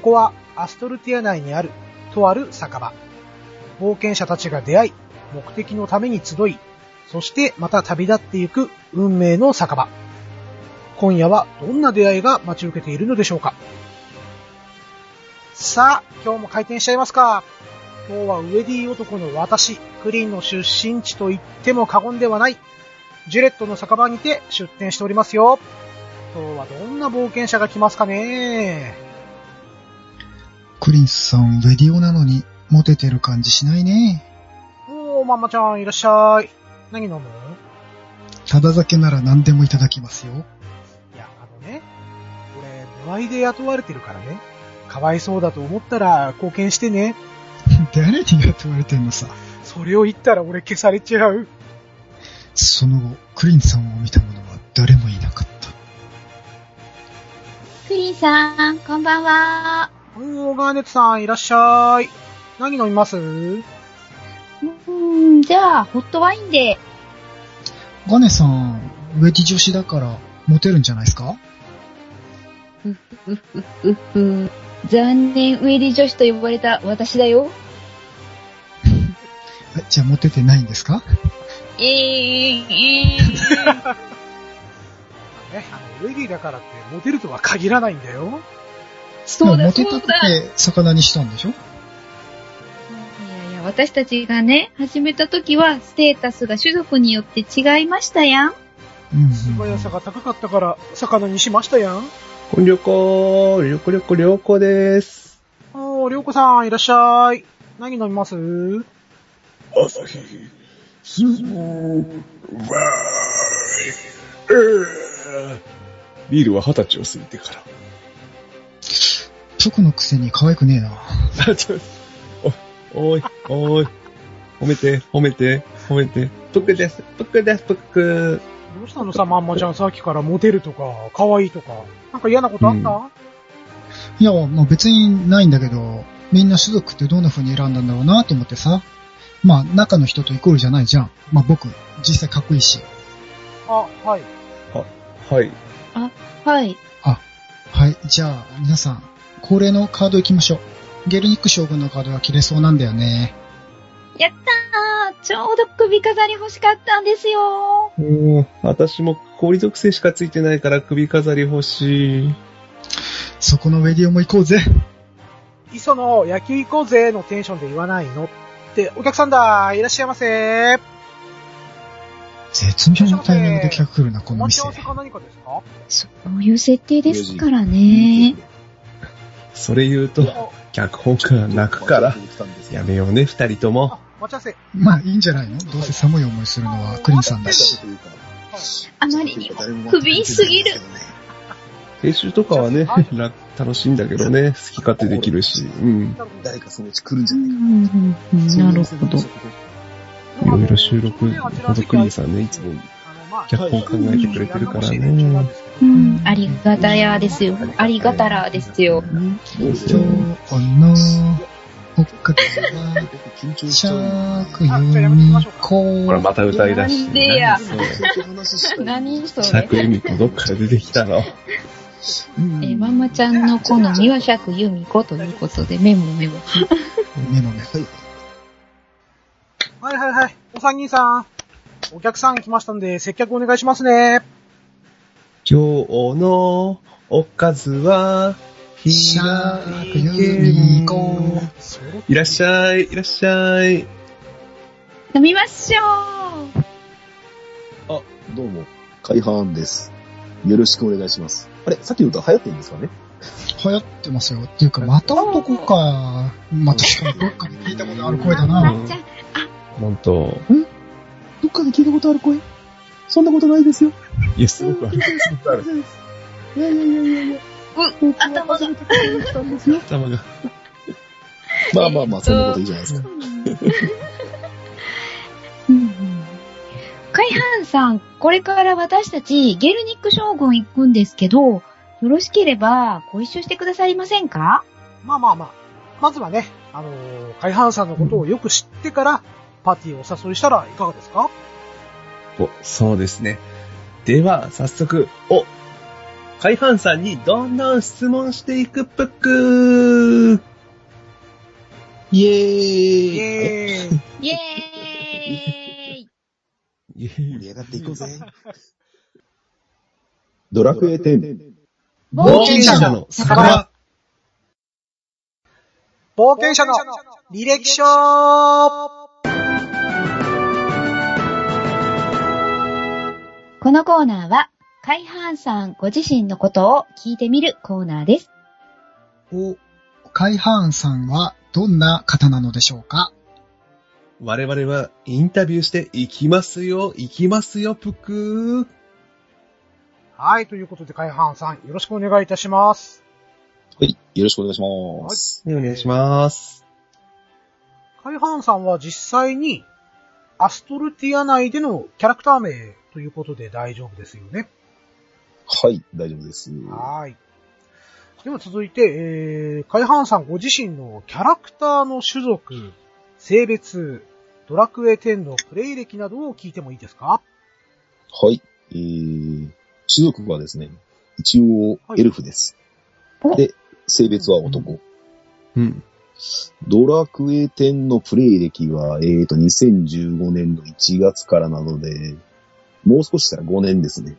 こはアストルティア内にあるとある酒場。冒険者たちが出会い、目的のために集い、そしてまた旅立っていく運命の酒場。今夜はどんな出会いが待ち受けているのでしょうか。さあ、今日も開店しちゃいますか。今日はウェディ男の私、クリンの出身地と言っても過言ではない、ジュレットの酒場にて出店しておりますよ。今日はどんな冒険者が来ますかね。 クリンスさん、ウェディオなのにモテてる感じしないね。 おー、ママちゃんいらっしゃい。何飲む？ ただ酒なら何でもいただきますよ。 いや、俺、部合で雇われてるからね。かわいそうだと思ったら貢献してね。 誰に雇われてんのさ。 それを言ったら俺消されちゃう。 その後、クリンさんを見た者は誰もいなかった。 クリンさん、こんばんは。 ガーネットさんいらっしゃい。何飲みます？ じゃあ、ホットワインで。 ガネさん、ウェディ女子だからモテるんじゃないですか？ 残念、ウェディ女子と呼ばれた私だよ。 じゃあモテてないんですか？ ね、ウェディだからってモテるとは限らないんだよ。 そうだ、 モテたくて魚にしたんでしょ？ いや、私たちがね、始めた時はステータスが種族によって違いましたやん。 素早さが高かったから魚にしましたやん。 りょこです。 りょうこさんいらっしゃい。何飲みます？ 朝日、スモー、ビールは20歳を過ぎてから。 直のくせに可愛くねえな。 おい。褒めて。ぷくです。 どうしたのさ、まんまちゃんさっきからモテるとか、可愛いとか。なんか嫌なことあった？ いや、まあ別にないんだけど、みんな種族ってどんな風に選んだんだろうなって思ってさ。まあ中の人とイコールじゃないじゃん。まあ僕、実際かっこいいし。 はい。 はい。 はい。 はい。じゃあ、皆さん、恒例のカード行きましょう。ゲルニック将軍のカードが切れそうなんだよね。 やったー！ちょうど首飾り欲しかったんですよ。 私も氷属性しかついてないから首飾り欲しい。 そこのウェディオも行こうぜ。 磯の野球行こうぜのテンションで言わないのってお客さんだ、いらっしゃいませ。 絶妙なタイミングで客来るな、この店。 お待ち合わせか何かですか？ そういう設定ですからね。 それ言うと、脚本家が泣くから、やめようね、二人とも。 待ち合わせ。 まあいいんじゃないの？どうせ寒い思いするのはクリンさんだし。 あまりにも不憫すぎる。 編集とかはね、楽しいんだけどね、好き勝手できるし。 誰かそのうち来るんじゃないか。 なるほど。 いろいろ収録、ほどクリンさんね、いつも脚本考えてくれてるからね。 ありがたやですよ。ありがたらですよ。 おっかけは、しゃーくゆみこ。 ほら、また歌い出し。 なんでや。何それ。 しゃくゆみこどっから出てきたの？ ママちゃんの好みは釈由美子ということで、メモ。 メモ。 はい。お三人さん。お客さん来ましたんで、接客お願いしますね。 今日のおかずは、 しゃーくゆみこ。 いらっしゃい。 飲みましょう。どうも、海浜です。よろしくお願いします。あれ、さっきの歌流行ってるんですかね？ 流行ってますよ。っていうか、また男か。またしかもどっかで聞いたことある声だな。 ほんと。 どっかで聞いたことある声？そんなことないですよ。 いや、すごくある。 いや。 頭が。 まあ、そんなこといいじゃないですか。 海浜さん、これから私たちゲルニック将軍行くんですけど、よろしければご一緒してくださりませんか？ まあ。まずはね、海浜さんのことをよく知ってから、パーティーをお誘いしたらいかがですか？ そうですね。では、早速、 海浜さんにどんどん質問していくぷっくー。 イエーイ。 イエーイ。 イエーイ。 盛り上がっていこうぜ。ドラクエ10。 冒険者の酒場。 冒険者の履歴書。 このコーナーは、海浜さんご自身のことを聞いてみるコーナーです。 海浜さんはどんな方なのでしょうか？ 我々はインタビューしていきますよ、ぷっくー。 はい、ということで海浜さんよろしくお願いいたします。 はい、よろしくお願いします。 お願いします。 海浜さんは実際にアストルティア内でのキャラクター名ということで大丈夫ですよね。 はい、大丈夫です。 はい。では続いて、海浜さんご自身のキャラクターの種族、性別、ドラクエ10のプレイ歴などを聞いてもいいですか？ はい。種族はですね、一応エルフです。 はい、 で、性別は男。 うん。 ドラクエ10のプレイ歴は、2015年の1月からなので、もう少ししたら5年ですね。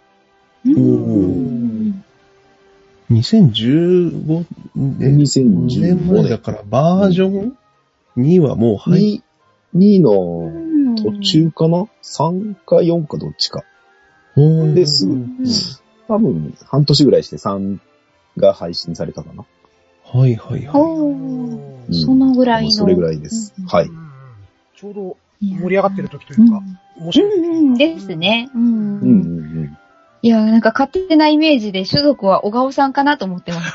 2015年前だからバージョン2はもう入っ 2の途中かな ?3 か4かどっちか。ですぐ、多分半年ぐらいして3が配信されたかな。 はいはいはい。 そのぐらいの。 それぐらいです。はい。 ちょうど盛り上がってる時というか、面白い。 ですね。いや、なんか勝手なイメージで種族は小川さんかなと思ってました。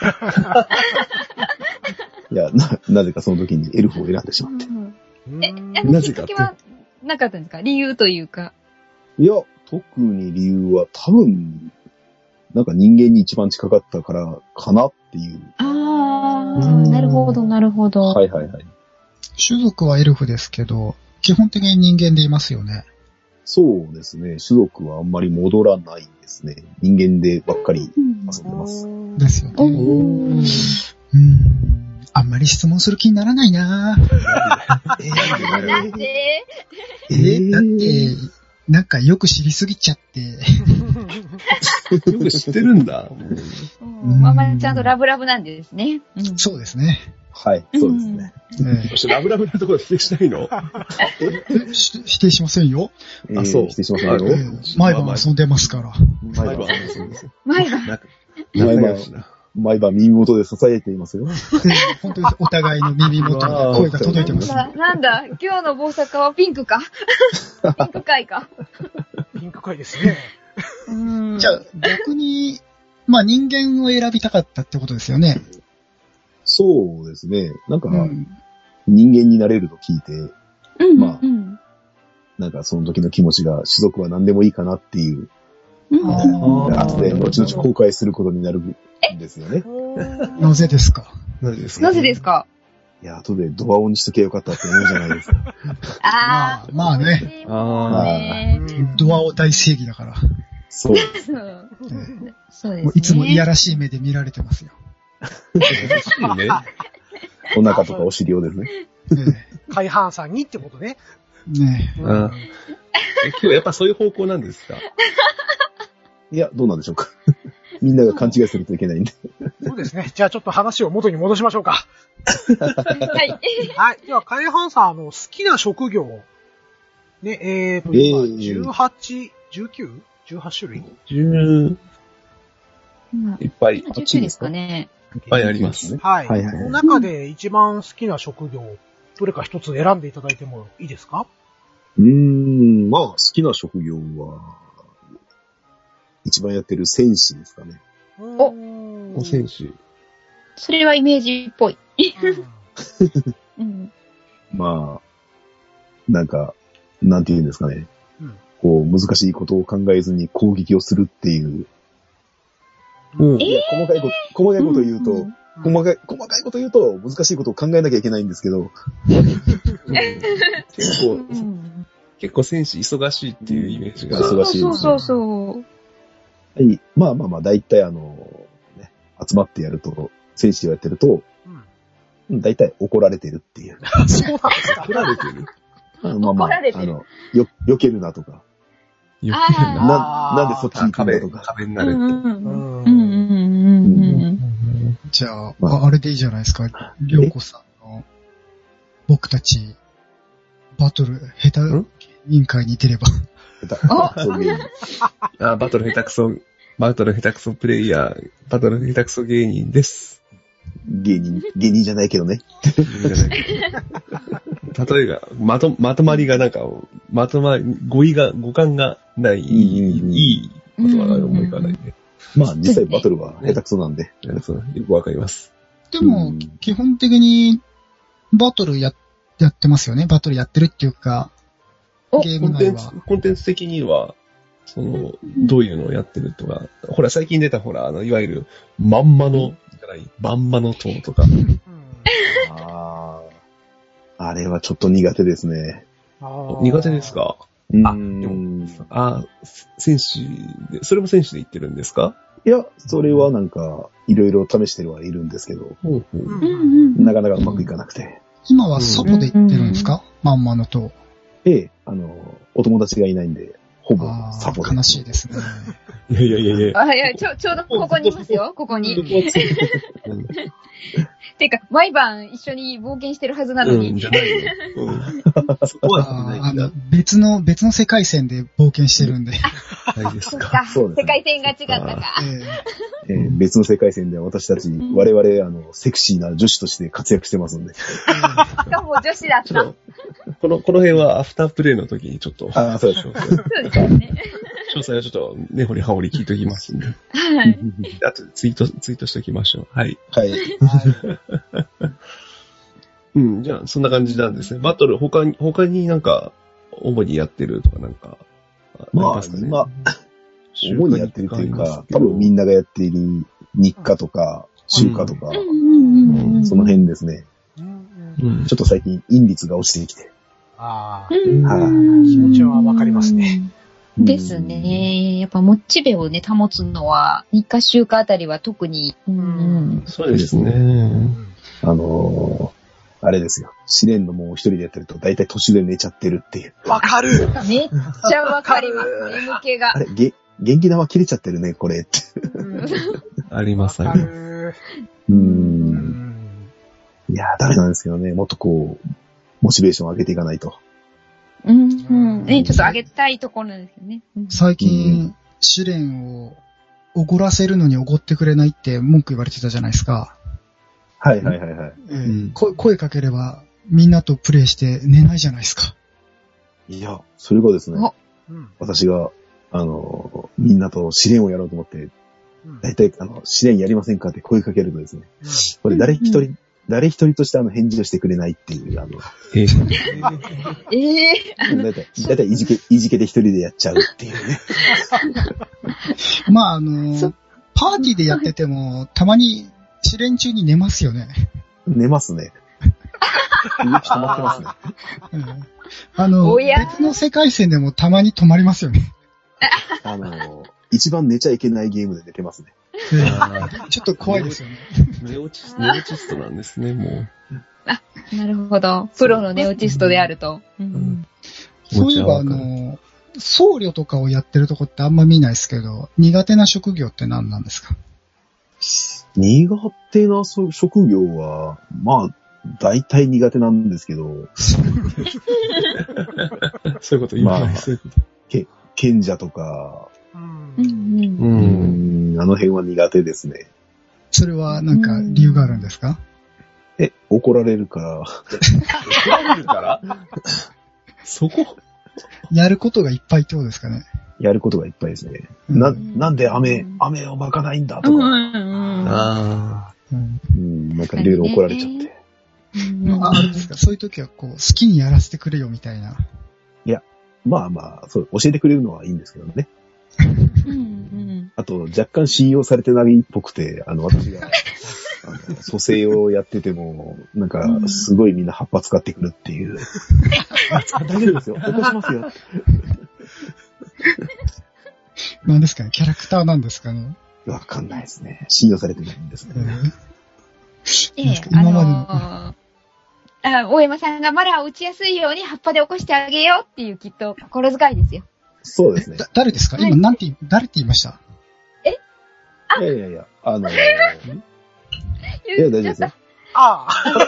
いや、なぜかその時にエルフを選んでしまって。 なぜかきっかけはなかったんですか？理由というか。 いや、特に理由は多分、なんか人間に一番近かったからかなっていう。 なるほど、なるほど。 はいはいはい。 種族はエルフですけど、基本的に人間でいますよね。 そうですね。種族はあんまり戻らないですね。人間でばっかり遊んでます。 ですよね。あんまり質問する気にならないなぁ。だって、なんかよく知りすぎちゃって。 よく知ってるんだ。 あんまりちゃんとラブラブなんですね。 そうですね。 はい、そうですね。 ラブラブなところ否定しないの？ 否定しませんよ。 あ、そう。否定しませんよ。 毎晩遊んでますから。 毎晩遊んでます。毎晩耳元で支えていますよ。 本当にお互いの耳元に声が届いてます。 なんだ、今日の大阪はピンクか？ピンク会か。 ピンク会ですね。 じゃあ、逆に、まあ人間を選びたかったってことですよね。 そうですね。なんか、人間になれると聞いて、まあ、なんかその時の気持ちが、種族は何でもいいかなっていう、後で後々後悔することになるんですよね。 なぜですか？ なぜですか？ いや、後でドアオンにしとけばよかったって思うじゃないですか。 まあね。ドアオ大正義だから。 そう。 そうですね。 いつもいやらしい目で見られてますよ。 お腹とかお尻をですね。 海浜さんにってことね。 ねえ。 今日やっぱそういう方向なんですか？ いや、どうなんでしょうか。みんなが勘違いするといけないんで。 そうですね。じゃあちょっと話を元に戻しましょうか。 はい。 はい。では、海浜さん、好きな職業。ね、今、18、19？ 18種類いっぱい。 19ですかね。 いっぱいありますね。 はい。この中で一番好きな職業、どれか一つ選んでいただいてもいいですか？ まあ、好きな職業は、一番やってる戦士ですかね。 お戦士。 それはイメージっぽい。 まあ、なんか、なんて言うんですかね。こう、難しいことを考えずに攻撃をするっていう。細かいこと言うと、細かいこと言うと、難しいことを考えなきゃいけないんですけど。 結構戦士忙しいっていうイメージが。 忙しいですね。 そう。 はい。まあ、だいたい集まってやると、戦士をやってると、だいたい怒られてるっていう。 そうなんですか。 怒られてるまあまあ、 怒られてる避けるなとか。 よくなんでそっちに行くんだとか。 壁になるって。 じゃあ、あれでいいじゃないですか。りょうこさんの、僕たち、バトル下手委員会に出れば。 バトル下手くそプレイヤー、バトル下手くそ芸人です。 芸人じゃないけどね。 例えが、まとまりがなんか、語感がない、いい言葉が思い浮かないね。 まあ実際バトルは下手くそなんで。 よくわかります。 でも、基本的に、バトルやってますよね。バトルやってるっていうか、ゲーム内は。 コンテンツ的には、どういうのをやってるとか、ほら、最近出たほら、いわゆる、バンマの塔とか。 あれはちょっと苦手ですね。 苦手ですか？戦士で、それも戦士で言ってるんですか？ いや、それはなんか、いろいろ試してはいるんですけど、なかなかうまくいかなくて。 今は外で行ってるんですか？まんまの塔。 ええ、お友達がいないで、ほぼサポで。 悲しいですね。 いや。 ちょうどここにいますよ、ここに。てか、毎晩一緒に冒険してるはずなのに。 じゃないよ。そこは別の世界線で冒険してるんで。 ないですか。 そうです。 世界線が違ったか。 別の世界線では私たち、我々、セクシーな女子として活躍してますんで。 しかも女子だった。 この辺はアフタープレイの時にちょっと。 そうです。 そうですね。 詳細はちょっと根掘り葉掘り聞いときますんで。 はい。 あとツイートしておきましょう。はい。 はい。 じゃあ、そんな感じなんですね。バトル、他になんか、主にやってるとかなんか、 まあ、主にやってるっていうか、多分みんながやっている日課とか、週課とか、その辺ですね。ちょっと最近、陰率が落ちてきて。 気持ちはわかりますね。 ですね。やっぱモチベをね、保つのは、日課週課あたりは特に。 そうですね。 あれですよ。試練のもう一人でやってると、だいたい途中で寝ちゃってるっていう。 わかる。 めっちゃわかります。眠気が。 あれ、元気玉切れちゃってるね、これって。 あります、あります。 いや、ダメなんですけどね。もっとこう、モチベーションを上げていかないと。 ちょっと上げたいところなんですよね。 最近、試練をおごらせるのにおごってくれないって文句言われてたじゃないですか。 はい。 声かければみんなとプレイして寝ないじゃないですか。 いや、それがですね、私が、みんなと試練をやろうと思って、だいたい試練やりませんかって声かけるとですね、これ誰一人として返事をしてくれないっていう、だいたいいじけで一人でやっちゃうっていうね。 まあパーティーでやってても、たまに試練中に寝ますよね。 寝ますね。動き止まってますね。 別の世界線でもたまに止まりますよね。 一番寝ちゃいけないゲームで寝てますね。 ちょっと怖いですよね。 ネオチストなんですね、もう。なるほど。プロのネオチストであると。 そういえば僧侶とかをやってるとこってあんま見ないですけど、苦手な職業って何なんですか？ 苦手な職業は、まあ、大体苦手なんですけど。 そういうこと言わない。 賢者とか、あの辺は苦手ですね。 それはなんか理由があるんですか？ 怒られるから。 怒られるからそこやることがいっぱいってことですかね。 やることがいっぱいですね。なんで雨をまかないんだとか。なんかいろいろ怒られちゃって。 あれですか、そういう時はこう、好きにやらせてくれよみたいな。 いや、まあ、そう、教えてくれるのはいいんですけどね。あと、若干信用されてないっぽくて、私が、蘇生をやってても、なんか、すごいみんな葉っぱ使ってくるっていう。大丈夫ですよ。起こしますよ。 何ですかね、キャラクターなんですかね。 わかんないですね。信用されてないんですね。 今までの。 大山さんがマラーを打ちやすいように葉っぱで起こしてあげようっていうきっと心遣いですよ。 そうですね。 誰ですか、今誰って言いました？ いや、いや、大丈夫ですよ。 あ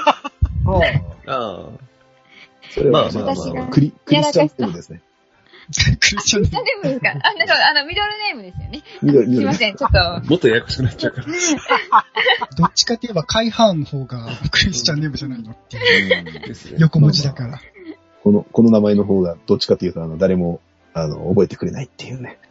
あ。 それはクリスチャンネームですね。 クリスチャンネーム。 ミドルネームですよね。すいません、ちょっと。 もっとややこしくなっちゃうから。 どっちかって言えば、海浜の方がクリスチャンネームじゃないのっていう。 ですね。 横文字だから。 この名前の方が、どっちかっていうと、誰も、覚えてくれないっていうね。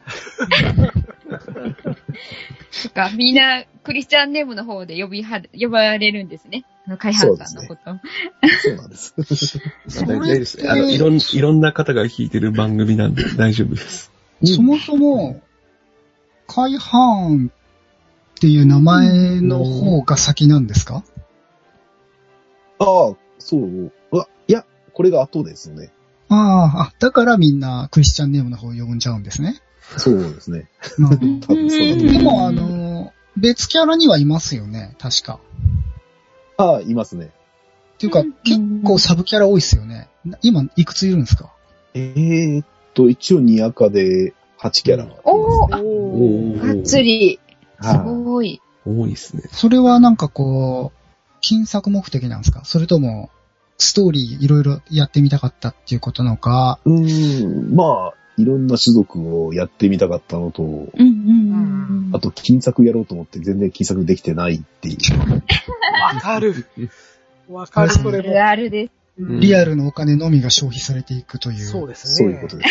そっか、みんなクリスチャンネームの方で呼ばれるんですね。海浜さんのこと。 そうなんです。 大丈夫です。いろんな方が聞いてる番組なんで大丈夫です。 そもそも、海浜っていう名前の方が先なんですか？ ああ、そう。いや、これが後ですよね。 だからみんなクリスチャンネームの方を呼んじゃうんですね。 そうですね。 多分そうだと思でも、別キャラにはいますよね、確か。 いますね。 っていうか、結構サブキャラ多いっすよね。今、いくついるんですか？ 一応2赤で8キャラ。 がっつり。すごい。 多いですね。 それはなんか金策目的なんですか？それとも、ストーリーいろいろやってみたかったっていうことなのか。 いろんな種族をやってみたかったのと、あと金策やろうと思って全然金策できてないっていう。 わかる、それも。 あるです。 リアルのお金のみが消費されていくという。 そうですね。 そういうことです。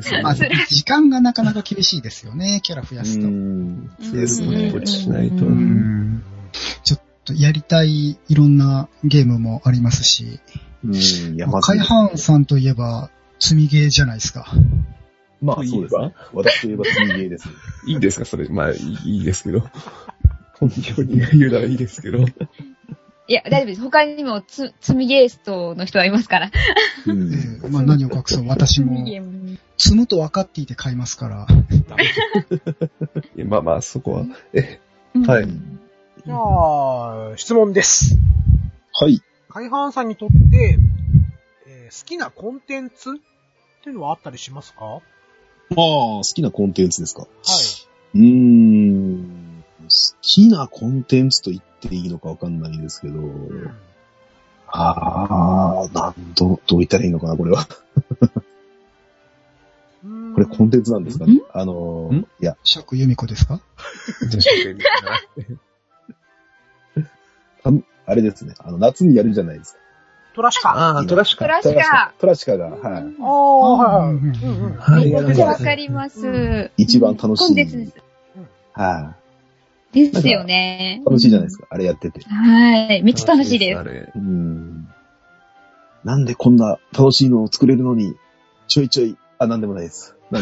時間がなかなか厳しいですよね、キャラ増やすと。 ですね。 落ちしないと。 ちょっとやりたいいろんなゲームもありますし。海浜さんといえば、積みゲーじゃないですか。 そうですね。私といえば積みゲーです。 いいですかそれ。いいですけど。本当に言うならいいですけど。 いや、大丈夫です。他にも積みゲーストの人はいますから。 何を隠そう、私も。積むと分かっていて買いますから。 そこは。 はい。じゃあ、質問です。 はい。 海浜さんにとって、好きなコンテンツっていうのはあったりしますか？ 好きなコンテンツですか？はい。好きなコンテンツと言っていいのかわかんないんですけど、どう言ったらいいのかな、これは。これコンテンツなんですかね？いや。 釈由美子ですか？ あれですね。夏にやるじゃないですか。 トラシカ。 トラシカが、はい。 めっちゃわかります。 一番楽しい。 ですよね。 楽しいじゃないですか。あれやってて。 はい。めっちゃ楽しいです。 なんでこんな楽しいのを作れるのに、ちょいちょい、なんでもないです。言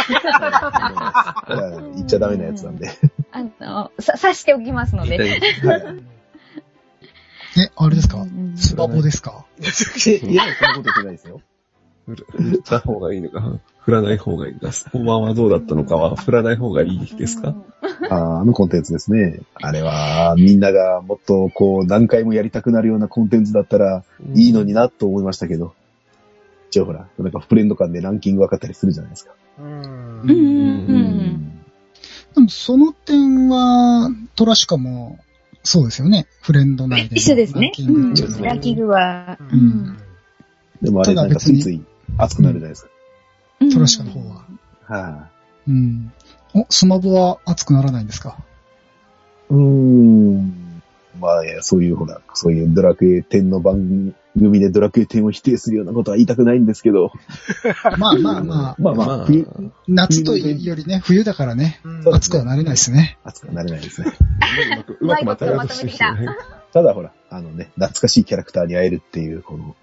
っちゃダメなやつなんで。 刺しておきますので。 あれですか？スマホですか？ いや、そんなこと言ってないですよ。 振った方がいいのか、振らない方がいいのか、本番はどうだったのかは振らない方がいいですか？ コンテンツですね。あれは、みんながもっと何回もやりたくなるようなコンテンツだったらいいのになと思いましたけど。一応ほら、なんかフレンド間でランキング分かったりするじゃないですか。 でもその点は、トラシカも、そうですよね。フレンド内で。 一緒ですね。ランキングは。 でもあれなんかついつい熱くなるじゃないですか。 トラシカの方は。スマブは熱くならないんですか？ そういうドラクエ10の番組でドラクエ10を否定するようなことは言いたくないんですけど。 夏というよりね、冬だからね、熱くはなれないですね。 熱くはなれないですね。 うまいことまとめてきた。 ただほら、懐かしいキャラクターに会えるっていう、往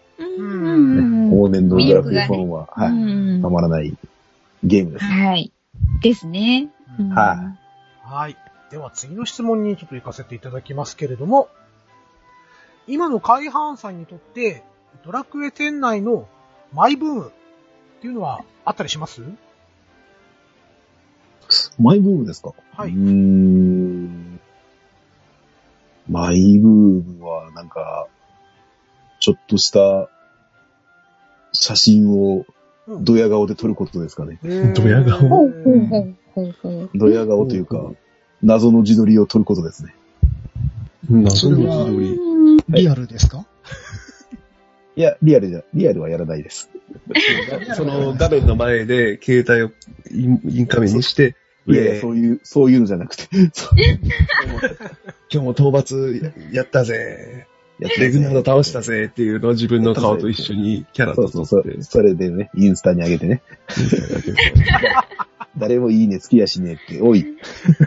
年のドラクエファンは、たまらないゲームです。 はい。ですね。 はい。では次の質問にちょっと行かせていただきますけれども、今の海浜さんにとって、ドラクエ10内のマイブームっていうのはあったりします？ マイブームですか？ はい。 マイブームは、なんか、ちょっとした写真をドヤ顔で撮ることですかね。 ドヤ顔ほうほうほうほうほう。 ドヤ顔というか、謎の自撮りを撮ることですね。 謎の自撮り。 リアルですか？ いや、リアルはやらないです。 その画面の前で携帯をインカメにして、 いや、そういうのじゃなくて。 今日も討伐やったぜ。レグナード倒したぜっていうのを自分の顔と一緒にキャラと撮って。 それでね、インスタに上げてね。誰もいいねつきやしねえって、おい。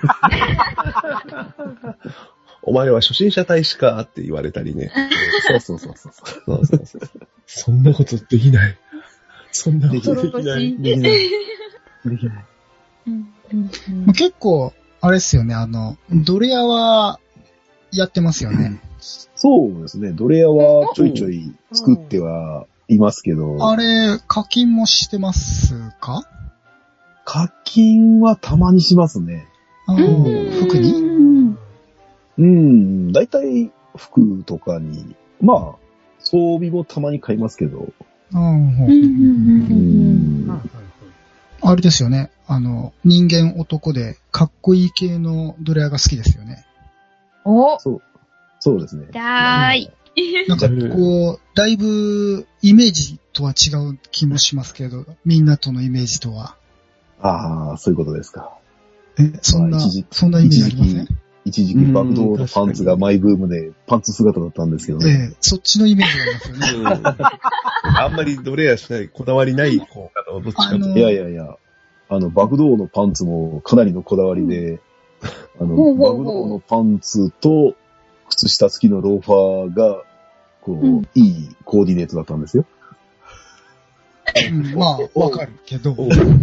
お前は初心者大使かって言われたりね。 そう。 そんなことできない。そんなことできない。 できない。 結構、あれですよね、ドレアはやってますよね。 そうですね、ドレアはちょいちょい作ってはいますけど。 あれ、課金もしてますか？ 課金はたまにしますね。 服に？ だいたい服とかに、まあ、装備もたまに買いますけど。 あれですよね。人間男でかっこいい系のドレアが好きですよね。 そうですね。 だーい。 なんかこう、だいぶイメージとは違う気もしますけど、みんなとのイメージとは。 ああ、そういうことですか。 そんなイメージありません？ 一時期爆動のパンツがマイブームでパンツ姿だったんですけどね。 そっちのイメージがありますよね。 あんまりドレアしない、こだわりない方かと、どっちかと。 いや、爆動のパンツもかなりのこだわりで、爆動のパンツと靴下付きのローファーが、いいコーディネートだったんですよ。 まあ、わかるけど。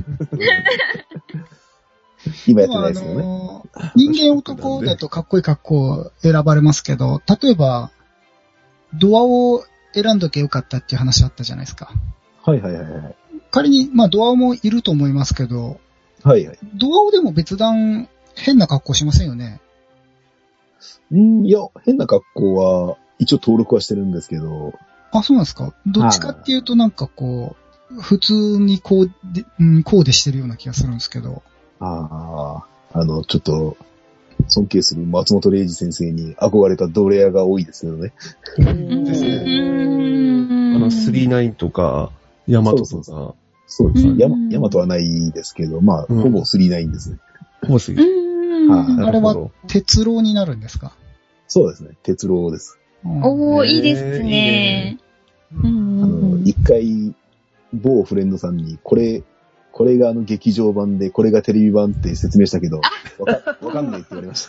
今やってないですよね。 人間男だとかっこいい格好選ばれますけど、例えば、ドアを選んどけよかったっていう話あったじゃないですか。 はい。 仮に、まあドアもいると思いますけど、 はい。 ドアをでも別段変な格好しませんよね。 いや、変な格好は、一応登録はしてるんですけど。 あ、そうなんですか。どっちかっていうとなんかこう、普通にコーデしてるような気がするんですけど。 ちょっと、尊敬する松本零士先生に憧れたドレアが多いですけどね。 ですね。39とか、ヤマトとか。 そうですね。ヤマトはないですけど、まあ、ほぼ39ですね。 ほぼ39。 あれは、鉄郎になるんですか？ そうですね。鉄郎です。 いいですね。 一回、某フレンドさんに、これが劇場版で、これがテレビ版って説明したけど、わかんないって言われました。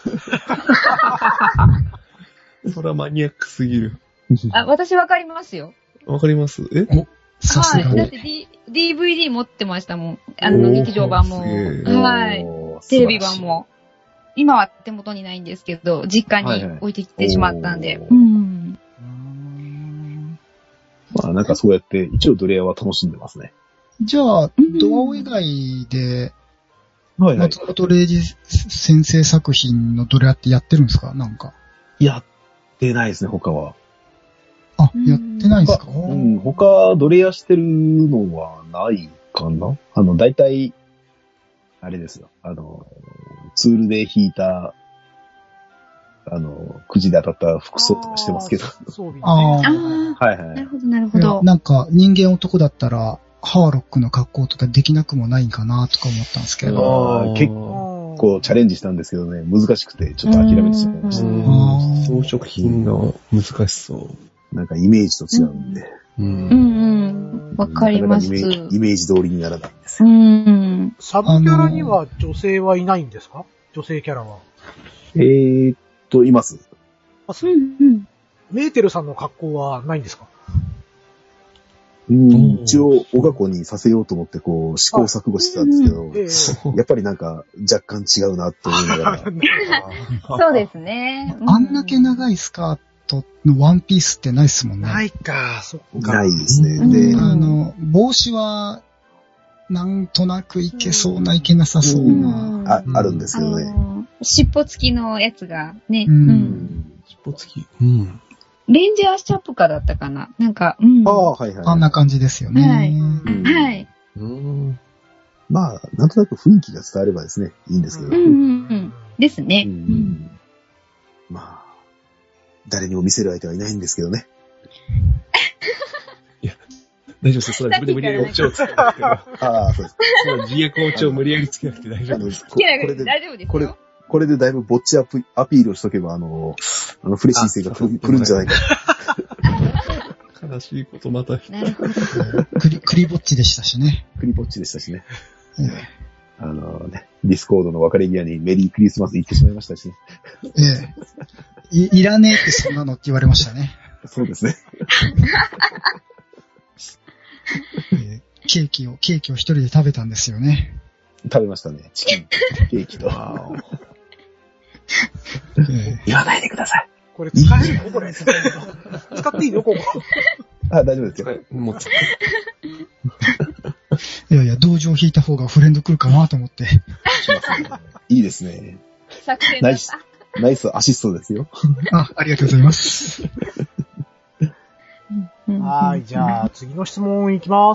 それはマニアックすぎる。 私わかりますよ。 わかります？ さすが。 だって、DVD 持ってましたもん。劇場版も。はい。テレビ版も。今は手元にないんですけど、実家に置いてきてしまったんで。 まあなんかそうやって一応ドレアは楽しんでますね。 じゃあ、ドアオ以外で、松本零士先生作品のドレアってやってるんですか？なんか。 やってないですね、他は。 あ、やってないですか？ 他ドレアしてるのはないかな？だいたい、あれですよ。ツールで引いた、くじで当たった服装とかしてますけど。 はい。なるほど、なるほど。 なんか、人間男だったら、ハーロックの格好とかできなくもないんかなとか思ったんですけど。 結構チャレンジしたんですけどね、難しくてちょっと諦めてしまいました。 装飾品が難しそう。 なんかイメージと違うんで。 わかります。イメージ通りにならないんです。 サブキャラには女性はいないんですか？女性キャラは。 います。 メーテルさんの格好はないんですか？ 一応、おがこにさせようと思ってこう、試行錯誤してたんですけど、やっぱりなんか若干違うなって思いながら。 そうですね。 あんだけ長いスカートのワンピースってないっすもんね。 ないか、そっか。 ないですね。で、 帽子は、 なんとなくいけそうな、いけなさそうな。 あるんですけどね。 尻尾付きのやつがね。 尻尾付き。うん。 レンジャーシャープカだったかななんか、 ああ、はいはい。 あんな感じですよね。 はい。はい。 まあ、なんとなく雰囲気が伝わればですね、いいんですけど。 ですね。 まあ、誰にも見せる相手はいないんですけどね。 いや、大丈夫です。それは自分で無理やりオチをつけなくても。ああ、そうです。 その自虐オチを無理やりつけなくて大丈夫です。 つけなくて大丈夫ですよ。 これでだいぶぼっちアピールをしとけば、フレシー性が来るんじゃないか。 悲しいことまた。 なるほど。 クリぼっちでしたしね。 クリぼっちでしたしね。ディスコードの別れ際にメリークリスマス言ってしまいましたしね。 いらねえってそんなのって言われましたね。 そうですね。 ケーキを一人で食べたんですよね。 食べましたね。チキン、ケーキと。言わないでください。 これ使えるのこれ。使っていいのここ。 あ、大丈夫ですよ。 もういや、同情を引いた方がフレンド来るかなと思って。 いいですね。 作戦だった。 ナイスアシストですよ。 ありがとうございます。 はい、じゃあ次の質問いきます。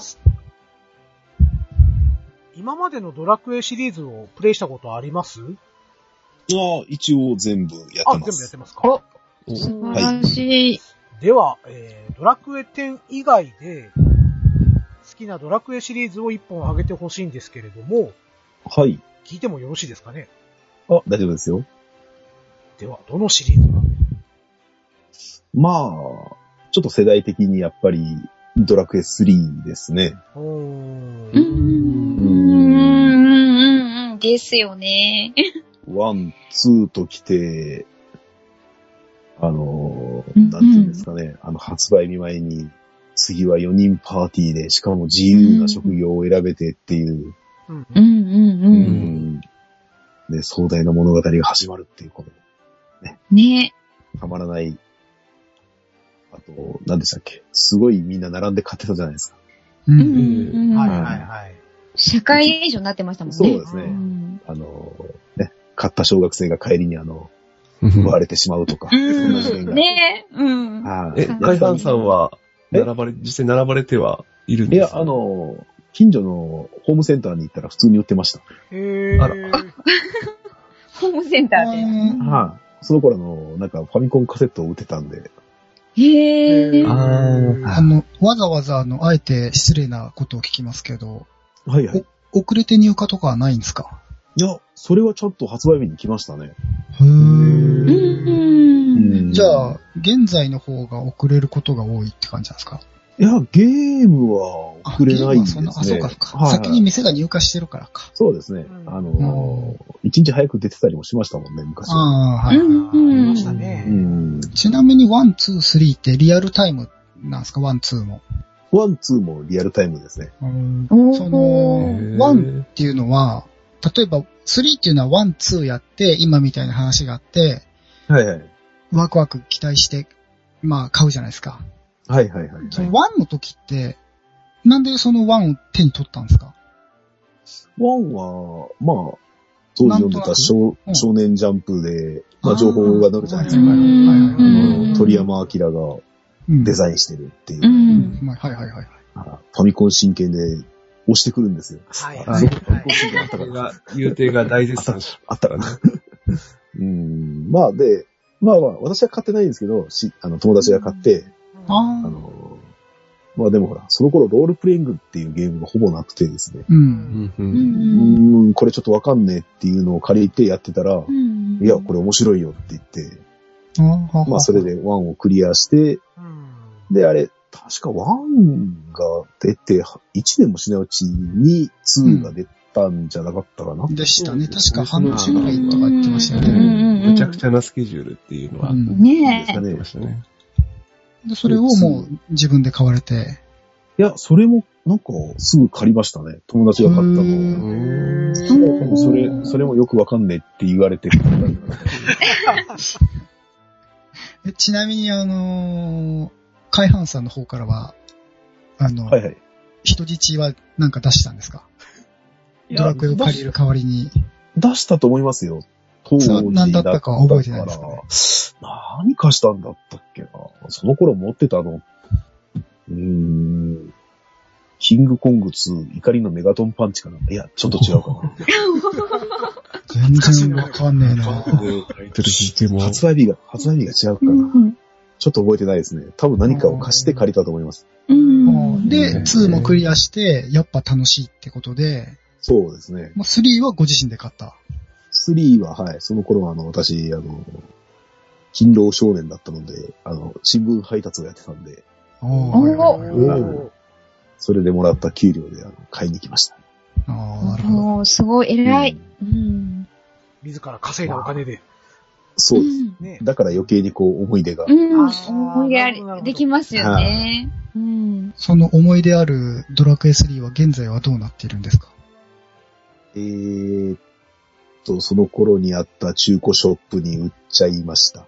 今までのドラクエシリーズをプレイしたことあります？ 一応全部やってます。 全部やってますか？ 素晴らしい。 では、ドラクエ10以外で好きなドラクエシリーズを1本挙げてほしいんですけれども。 はい。 聞いてもよろしいですかね？ 大丈夫ですよ。 では、どのシリーズが？ まあ、ちょっと世代的にやっぱりドラクエ3ですね。 ですよね。 1、2と来て、なんていうんですかね、発売日前に、次は4人パーティーで、しかも自由な職業を選べてっていう、で、壮大な物語が始まるっていうこと。 ね。 たまらない。あと、何でしたっけ？すごいみんな並んで買ってたじゃないですか。 はいはいはい。 社会現象になってましたもんね。 そうですね。買った小学生が帰りに奪われてしまうとか。 ねえ。海浜さんは、実際並ばれてはいるんですか？ いや、近所のホームセンターに行ったら普通に売ってました。 あら。ホームセンターで。 はい。その頃なんかファミコンカセットを売ってたんで。 わざわざあえて失礼なことを聞きますけど。 はいはい。 遅れて入荷とかはないんですか？ いや、それはちゃんと発売日に来ましたね。 じゃあ、現在の方が遅れることが多いって感じなんですか？ いや、ゲームは遅れないんですね。 そうか。先に店が入荷してるからか。 そうですね。一日早く出てたりもしましたもんね、昔は。 はい。ありましたね。 ちなみに1、2、3ってリアルタイムなんですか？ 1、2も。 1、2もリアルタイムですね。 1っていうのは、例えば3っていうのは1、2やって、今みたいな話があって、 はいはい。 ワクワク期待して、買うじゃないですか。 はいはいはい。 その1の時って、なんでその1を手に取ったんですか？ 1は、当時読んでた少年ジャンプで、情報が載るじゃないですか。鳥山明がデザインしてるっていう。 はいはいはい。 ファミコン真剣で押してくるんですよ。 はいファミコン真剣あったから。 言うてが大絶賛あったかな。私は買ってないんですけど、友達が買って、でもほら、その頃ロールプレイングっていうゲームがほぼなくてですね。これちょっとわかんねえっていうのを借りてやってたら、いや、これ面白いよって言って、それで1をクリアして、で、あれ、確か1が出て、1年もしないうちに2が出たんじゃなかったかな。 でしたね。確か半年ぐらいとか言ってましたよね。 むちゃくちゃなスケジュールっていうのは、 ねえ。 で、それをもう自分で買われて。 いや、それもなんかすぐ借りましたね。友達が買ったの。それもよくわかんねえって言われて。 ちなみに海浜さんの方からは、人質はなんか出したんですか？ ドラクエを借りる代わりに。 出したと思いますよ。当時何だったか覚えてないですかね。 何かしたんだったっけな。その頃持ってたの。キングコング2怒りのメガトンパンチかな。いや、ちょっと違うかな。 全然わかんねえな。 発売日が違うかな。ちょっと覚えてないですね。多分何かを貸して借りたと思います。 で、2もクリアして、やっぱ楽しいってことで。 そうですね。 3はご自身で買った。 3は、はい。その頃は私、勤労少年だったので、新聞配達をやってたんで。それでもらった給料で、買いに来ました。 なるほど。 すごい偉い。 自ら稼いだお金で。 そうですね。だから余計に思い出が。 思い出できますよね。 その思い出あるドラクエ3は現在はどうなっているんですか？ その頃にあった中古ショップに売っちゃいました。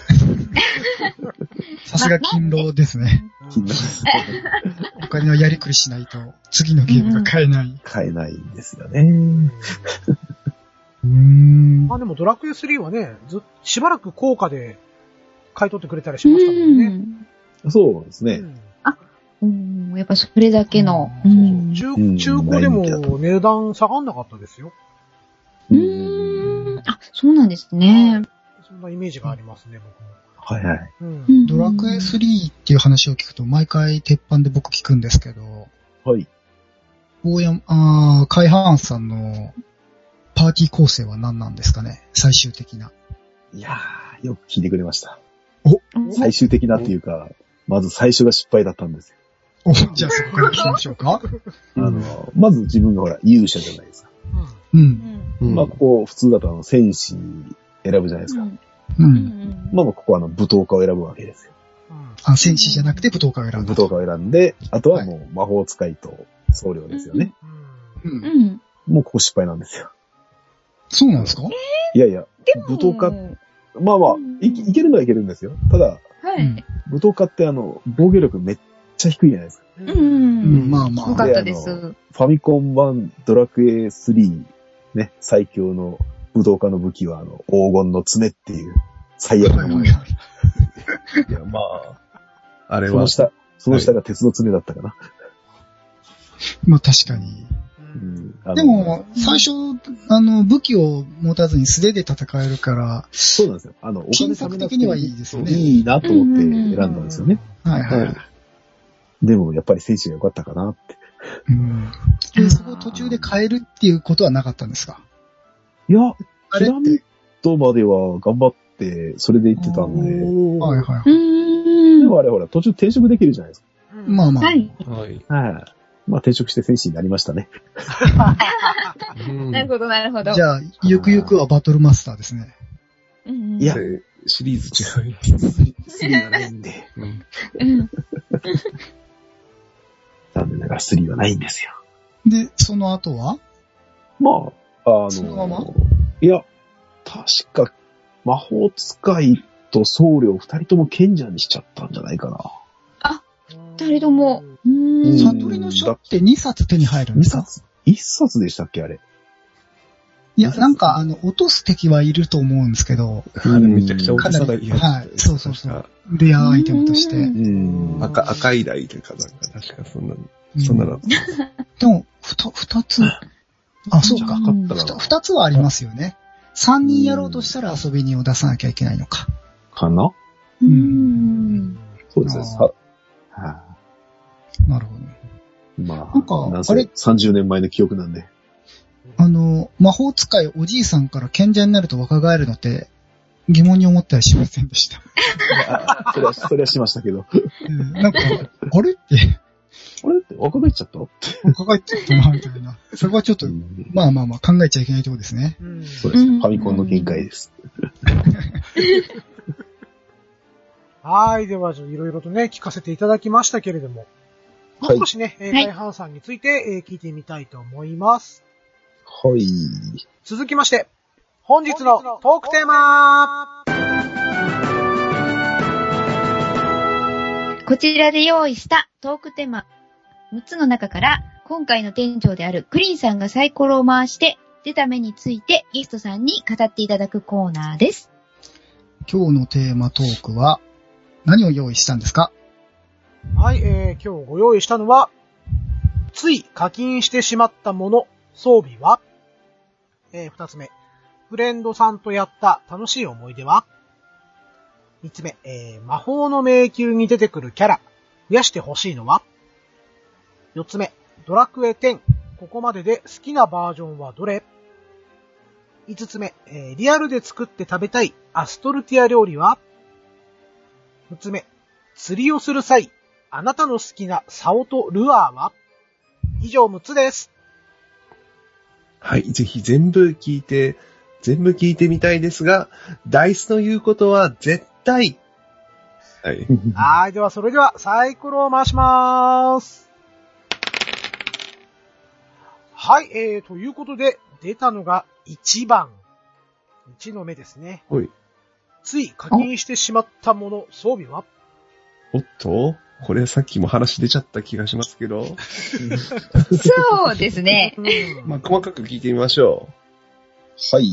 さすが勤労ですね。お金をやりくりしないと次のゲームが買えない。 買えないんですよね。 でもドラクエ3はね、しばらく高価で買い取ってくれたりしましたもんね。 そうですね。 やっぱそれだけの。 中古でも値段下がんなかったですよ。 そうなんですね。 そんなイメージがありますね、僕も。 はいはい。 ドラクエ3っていう話を聞くと、毎回鉄板で僕聞くんですけど、 はい。 海浜さんのパーティー構成は何なんですかね、最終的な。 いやー、よく聞いてくれました。最終的なっていうか、まず最初が失敗だったんですよ。 じゃあそこから聞きましょうか。 まず自分が勇者じゃないですか。ここ普通だと戦士選ぶじゃないですか。ここは舞踏家を選ぶわけですよ。 戦士じゃなくて舞踏家を選んだ。 舞踏家を選んで、あとはもう魔法使いと僧侶ですよね。もうここ失敗なんですよ。 そうなんですか？ いやいや、舞踏家、いけるのはいけるんですよ。ただ、舞踏家って防御力めっちゃ低いじゃないですか。 よかったです。 ファミコン版ドラクエ3、ね、最強の武道家の武器は黄金の爪っていう最悪なもの。いや、 あれは。 その下が鉄の爪だったかな。 確かに。でも、最初、武器を持たずに素手で戦えるから、 そうなんですよ。お金額的にはいいですよね。 いいなと思って選んだんですよね。でも、やっぱり戦士が良かったかなって。 そこを途中で変えるっていうことはなかったんですか？ いや、ピラミッドまでは頑張って、それで行ってたんで。でもあれほら、途中転職できるじゃないですか。転職して戦士になりましたね。 なるほど、なるほど。 じゃあ、ゆくゆくはバトルマスターですね。 いや、 シリーズ違う。 3はないんで。残念ながら3はないんですよ。 で、その後は？ そのまま？いや、確か、魔法使いと僧侶2人とも賢者にしちゃったんじゃないかな。 2人とも。 悟りの書って2冊手に入るんですか？ 1冊でしたっけあれ。 いや、落とす敵はいると思うんですけど。 めちゃくちゃ落とさないやつ。 はい、そう。レアアイテムとして。 赤い台というか、確かそんなの。 でも、2つ。そうか。2つはありますよね。3人やろうとしたら遊び人を出さなきゃいけないのか。 かな？そうですね。 なるほど。 あれ30年前の記憶なんで。 魔法使いおじいさんから賢者になると若返るのって疑問に思ったりしませんでした。 それはしましたけど。 あれって若返っちゃった若返っちゃったな、みたいな。それはちょっと、考えちゃいけないところですね。 そうです。ファミコンの限界です。 はい。では、いろいろとね、聞かせていただきましたけれども。もう少しね、海浜さんについて、聞いてみたいと思います。 はい。 続きまして、本日のトークテーマ。 こちらで用意したトークテーマ6つの中から今回の店長であるクリンさんがサイコロを回して出た目についてゲストさんに語っていただくコーナーです。 今日のテーマトークは何を用意したんですか？ はい、今日ご用意したのは、つい課金してしまったもの、装備は、二つ目、フレンドさんとやった楽しい思い出は、三つ目、魔法の迷宮に出てくるキャラ、増やしてほしいのは、四つ目、ドラクエ10、ここまでで好きなバージョンはどれ？五つ目、リアルで作って食べたいアストルティア料理は、六つ目、釣りをする際、あなたの好きな竿とルアーは？以上6つです。 はい、ぜひ全部聞いてみたいですが、ダイスの言うことは絶対。はい。 はい、ではそれではサイコロを回します。はい、ということで出たのが1番。1の目ですね。 はい。 つい課金してしまったもの、装備は？ おっと？これさっきも話出ちゃった気がしますけど。 そうですね。 まあ、細かく聞いてみましょう。はい。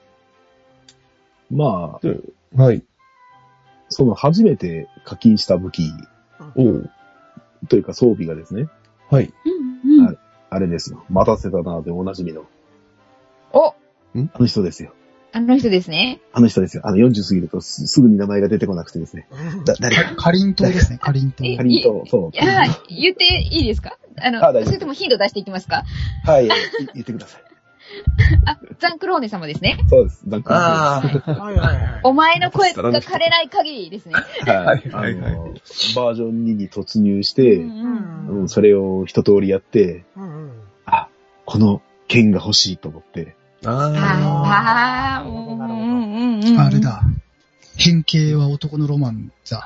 まあ、はい。 その初めて課金した武器というか装備がですね。 はい。 あれですよ。待たせたなでおなじみの。 あの人ですよ。 あの人ですね。 あの人ですよ。40過ぎるとすぐに名前が出てこなくてですね。 誰か。かりんとうですね、かりんとう。 かりんとう、そう。 いや、言っていいですか？それともヒント出していきますか？ はい、言ってください。 ザンクローネ様ですね。 そうです、ザンクローネ。 はいはいはい。 お前の声が枯れない限りですね。 はい。バージョン2に突入して、それを一通りやって、この剣が欲しいと思って、 あれだ。変形は男のロマンだ。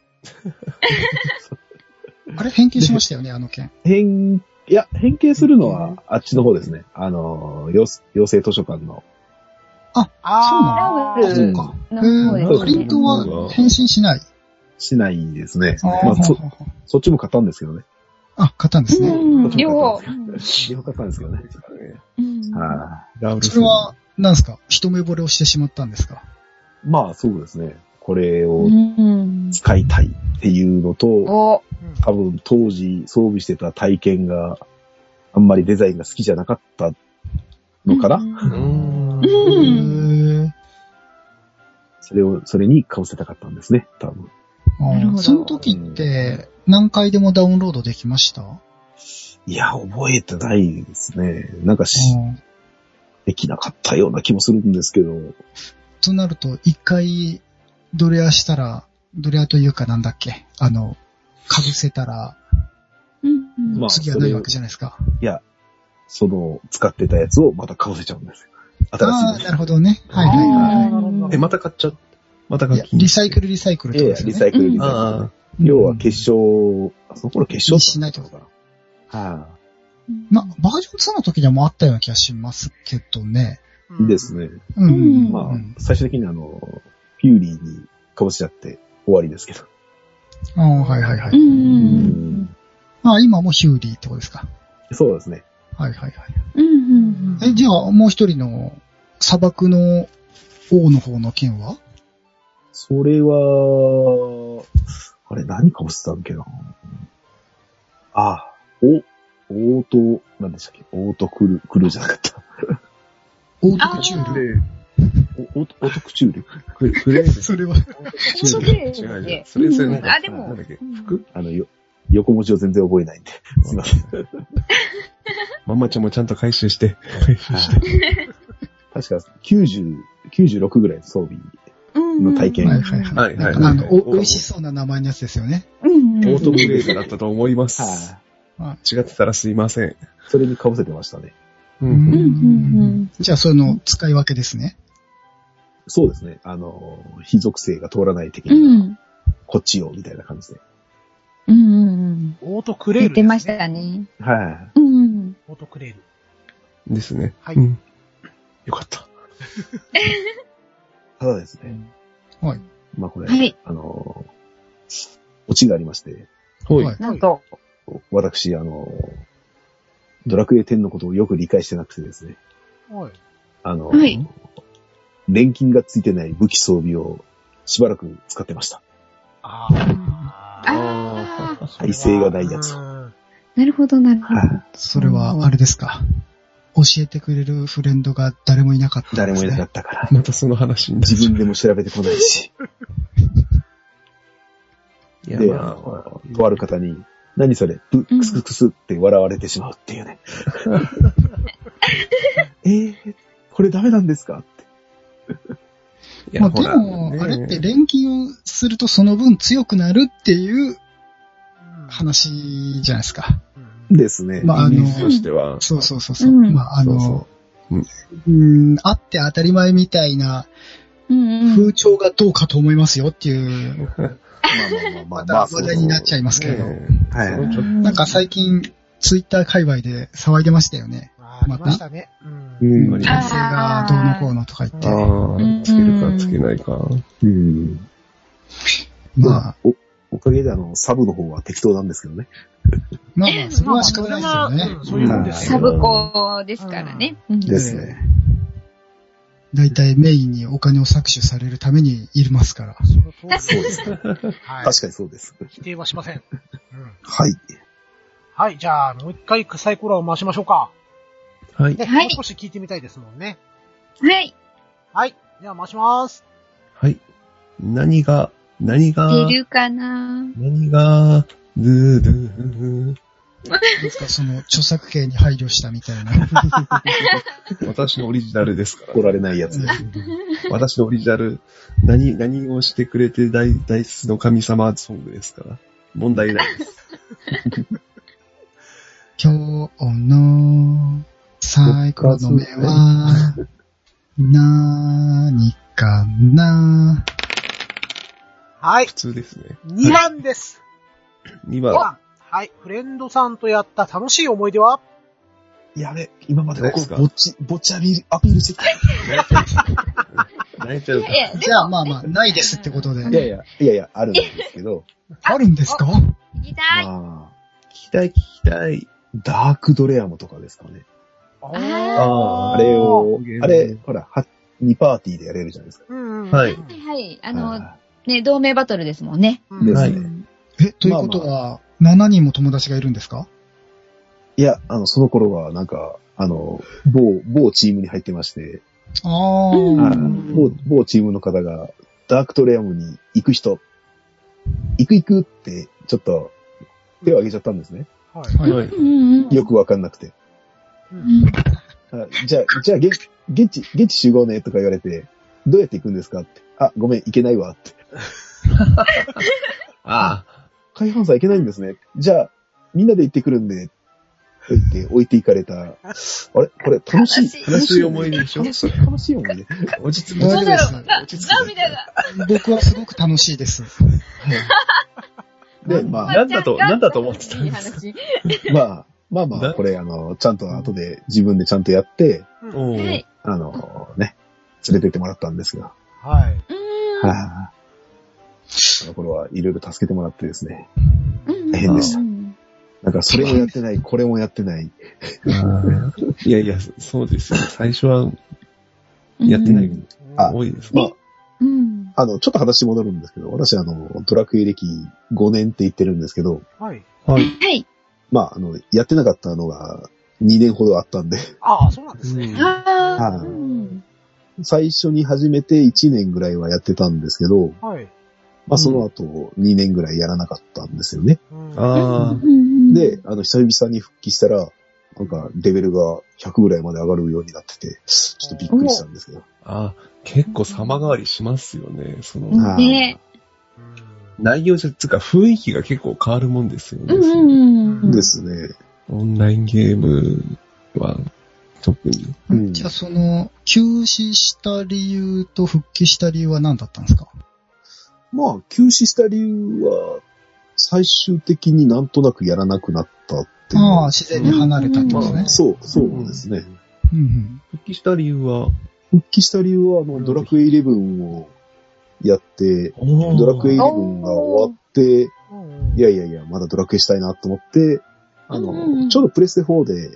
あれ変形しましたよね、あの剣。 変形するのはあっちの方ですね。妖精図書館の。 そうなの？そうか。かりんとうは変身しない？ しないですね。そっちも買ったんですけどね。 買ったんですね。 両方買ったんですけどね。 それは、何ですか？一目惚れをしてしまったんですか？ まあ、そうですね。これを使いたいっていうのと、多分当時装備してた体験があんまりデザインが好きじゃなかったのかな？それに被せたかったんですね、多分。 その時って何回でもダウンロードできました？ いや、覚えてないですね。なんかできなかったような気もするんですけど。 となると、一回ドレアしたら、ドレアというかなんだっけ、被せたら、次はないわけじゃないですか。 いや、使ってたやつをまた被せちゃうんですよ。新しい。 なるほどね。はいはいはい。 また買っちゃまた買っリサイクルってことですよね。 リサイクル。要は結晶、その頃結晶しないってことかな。バージョン2の時にはもうあったような気がしますけどね。 いいですね。最終的にフューリーに被せちゃって終わりですけど。 はいはいはい。今もヒューリーってことですか？ そうですね。 はいはいはい。じゃあもう一人の砂漠の王の方の剣は？ それは、あれ何被せたんけな？オート、何でしたっけ？オートクルーじゃなかった。 オートクチュール。 オートクチュールクレーズ。 それは。 オートクレーズ。 違う。それなんか。 でも。 服？ 横文字を全然覚えないんで。すいません。 ママちゃんもちゃんと回収して。 確か96ぐらいの装備の体験。 美味しそうな名前のやつですよね。 オートクレーズだったと思います。違ってたらすいません。 それに被せてましたね。 じゃあ、その使い分けですね。 そうですね。非属性が通らない的に、こっちよ、みたいな感じで。 オートクレール。 言ってましたね。 はい。 オートクレール。 ですね。 はい。 よかった。 ただですね。 はい。 まあこれ、オチがありまして。 はい。 なんと。 私、 ドラクエ10のことをよく理解してなくてですね。 はい。 はい。 錬金がついてない武器装備をしばらく使ってました。 ああ。 耐性がないやつを。 なるほど、なるほど。 それは、あれですか。教えてくれるフレンドが誰もいなかったんですね。 誰もいなかったから。 またその話になっちゃう自分でも調べてこないし。 いや、 で、 まあ、 とある方に、何それ、クスクスクスって笑われてしまうっていうね。これダメなんですかって。 いやまあでも、あれって錬金をするとその分強くなるっていう話じゃないですか。 ですね。 まあイメージとしては。 そうそうそうそう。まああって当たり前みたいな風潮がどうかと思いますよっていう、また話題になっちゃいますけど。なんか最近、ツイッター界隈で騒いでましたよね。 またね。 体制がどうのこうのとか言って。 つけるかつけないか。 まあ、おかげでサブの方は適当なんですけどね。 まあまあ、それは仕方ないですよね。 そういうもんですよ。 サブコですからね。 ですね。 だいたいメインにお金を搾取されるためにいますから。 そうですね。確かにそうです。 否定はしません。 はい。 はい、じゃあ、もう一回サイコラを回しましょうか。 はい。 ね、もう少し聞いてみたいですもんね。 はい。 はい。じゃあ回します。 はい。何が、 出るかな何が、 ですか、その、著作権に配慮したみたいな。 私のオリジナルですから。 怒られないやつ。 私のオリジナル、何をしてくれてダイスの神様ソングですから。問題ないです。 今日のサイコロの目は、何かな。 はい。 普通ですね。 2番です。 2番。 はい。フレンドさんとやった楽しい思い出は？ やべ、今までここぼっちアピールしてきた。 泣いちゃうか。 じゃあまあまあ、ないですってことで。 いや、あるんですけど。 あるんですか？ 聞きたい。 聞きたい。 ダークドレアムとかですかね。あれ、ほら、2パーティーでやれるじゃないですか。 はい。 はい。ね、同盟バトルですもんね。 ですね。 ということは、7人も友達がいるんですか？ いや、その頃は、なんか、某チームに入ってまして、某チームの方が、ダークドレアムに行く人、行くって、ちょっと、手を挙げちゃったんですね。 はい。 よくわかんなくて。じゃあ、現地集合ね、とか言われて、どうやって行くんですかって。ごめん、行けないわ、って。海浜さん行けないんですね。じゃあ、みんなで行ってくるんで、と言って置いていかれた。あれこれ楽しい思い出でしょ？楽しい思い出。 落ち着く。涙が。 僕はすごく楽しいです。 で、まあ。 なんだと思ってたんですか？ まあ、これちゃんと後で自分でちゃんとやって、連れてってもらったんですが。 はい。 その頃はいろいろ助けてもらってですね。大変でした。なんかそれもやってない、これもやってない。 いや、そうですよ。最初は、やってない。多いですね。 ちょっと話戻るんですけど、私ドラクエ歴5年って言ってるんですけど、 はい。 まあ、やってなかったのが2年ほどあったんで。 そうなんですね。 最初に始めて1年ぐらいはやってたんですけど、まあその後2年ぐらいやらなかったんですよね。で、久々に復帰したら、なんかレベルが100ぐらいまで上がるようになってて、ちょっとびっくりしたんですけど。 結構様変わりしますよね、内容つうか雰囲気が結構変わるもんですよね。 ですね。 オンラインゲームは特に。 じゃあ休止した理由と復帰した理由は何だったんですか？ まあ、休止した理由は、最終的になんとなくやらなくなったっていう。 自然に離れたってことね。 そうですね。 復帰した理由は、 ドラクエ11をやって、ドラクエ11が終わって、いや、まだドラクエしたいなと思って、 ちょうどプレステ4で、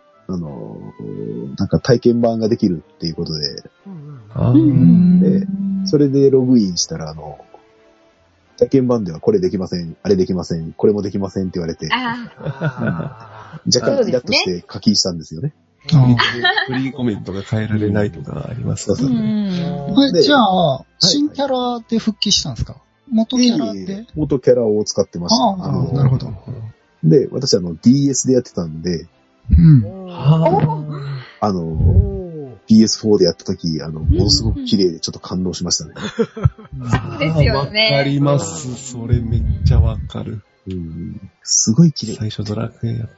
なんか体験版ができるっていうことで、で、それでログインしたら、体験版ではこれできません、あれできません、これもできませんって言われて、若干イラッとして課金したんですよね。 フリーコメントが変えられないとかありますかね。じゃあ、新キャラで復帰したんですか？元キャラで？ 元キャラを使ってました。 なるほど。 で、私DS でやってたんで、PS4 でやった時、ものすごく綺麗でちょっと感動しましたね。 そうですよね。 わかります。それめっちゃわかる。 すごい綺麗。 最初ドラクエやった。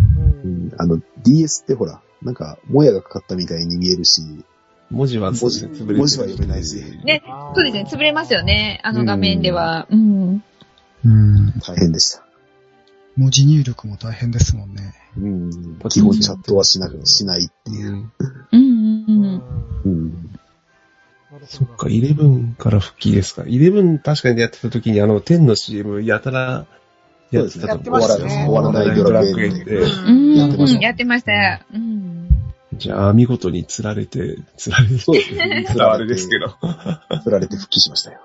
DS ってほら、なんか、もやがかかったみたいに見えるし、 文字は読めないし。 ね、そうですね、潰れますよね、画面では。 大変でした。 文字入力も大変ですもんね。 基本チャットはしないっていう。 そっか、11から復帰ですか。11確かにやってた時に10の CM やたらやってたと思うんですよ。 終わらないドラクエで。 やってました。 じゃあ、見事に釣られて、そうですね。釣られですけど。 釣られて復帰しましたよ。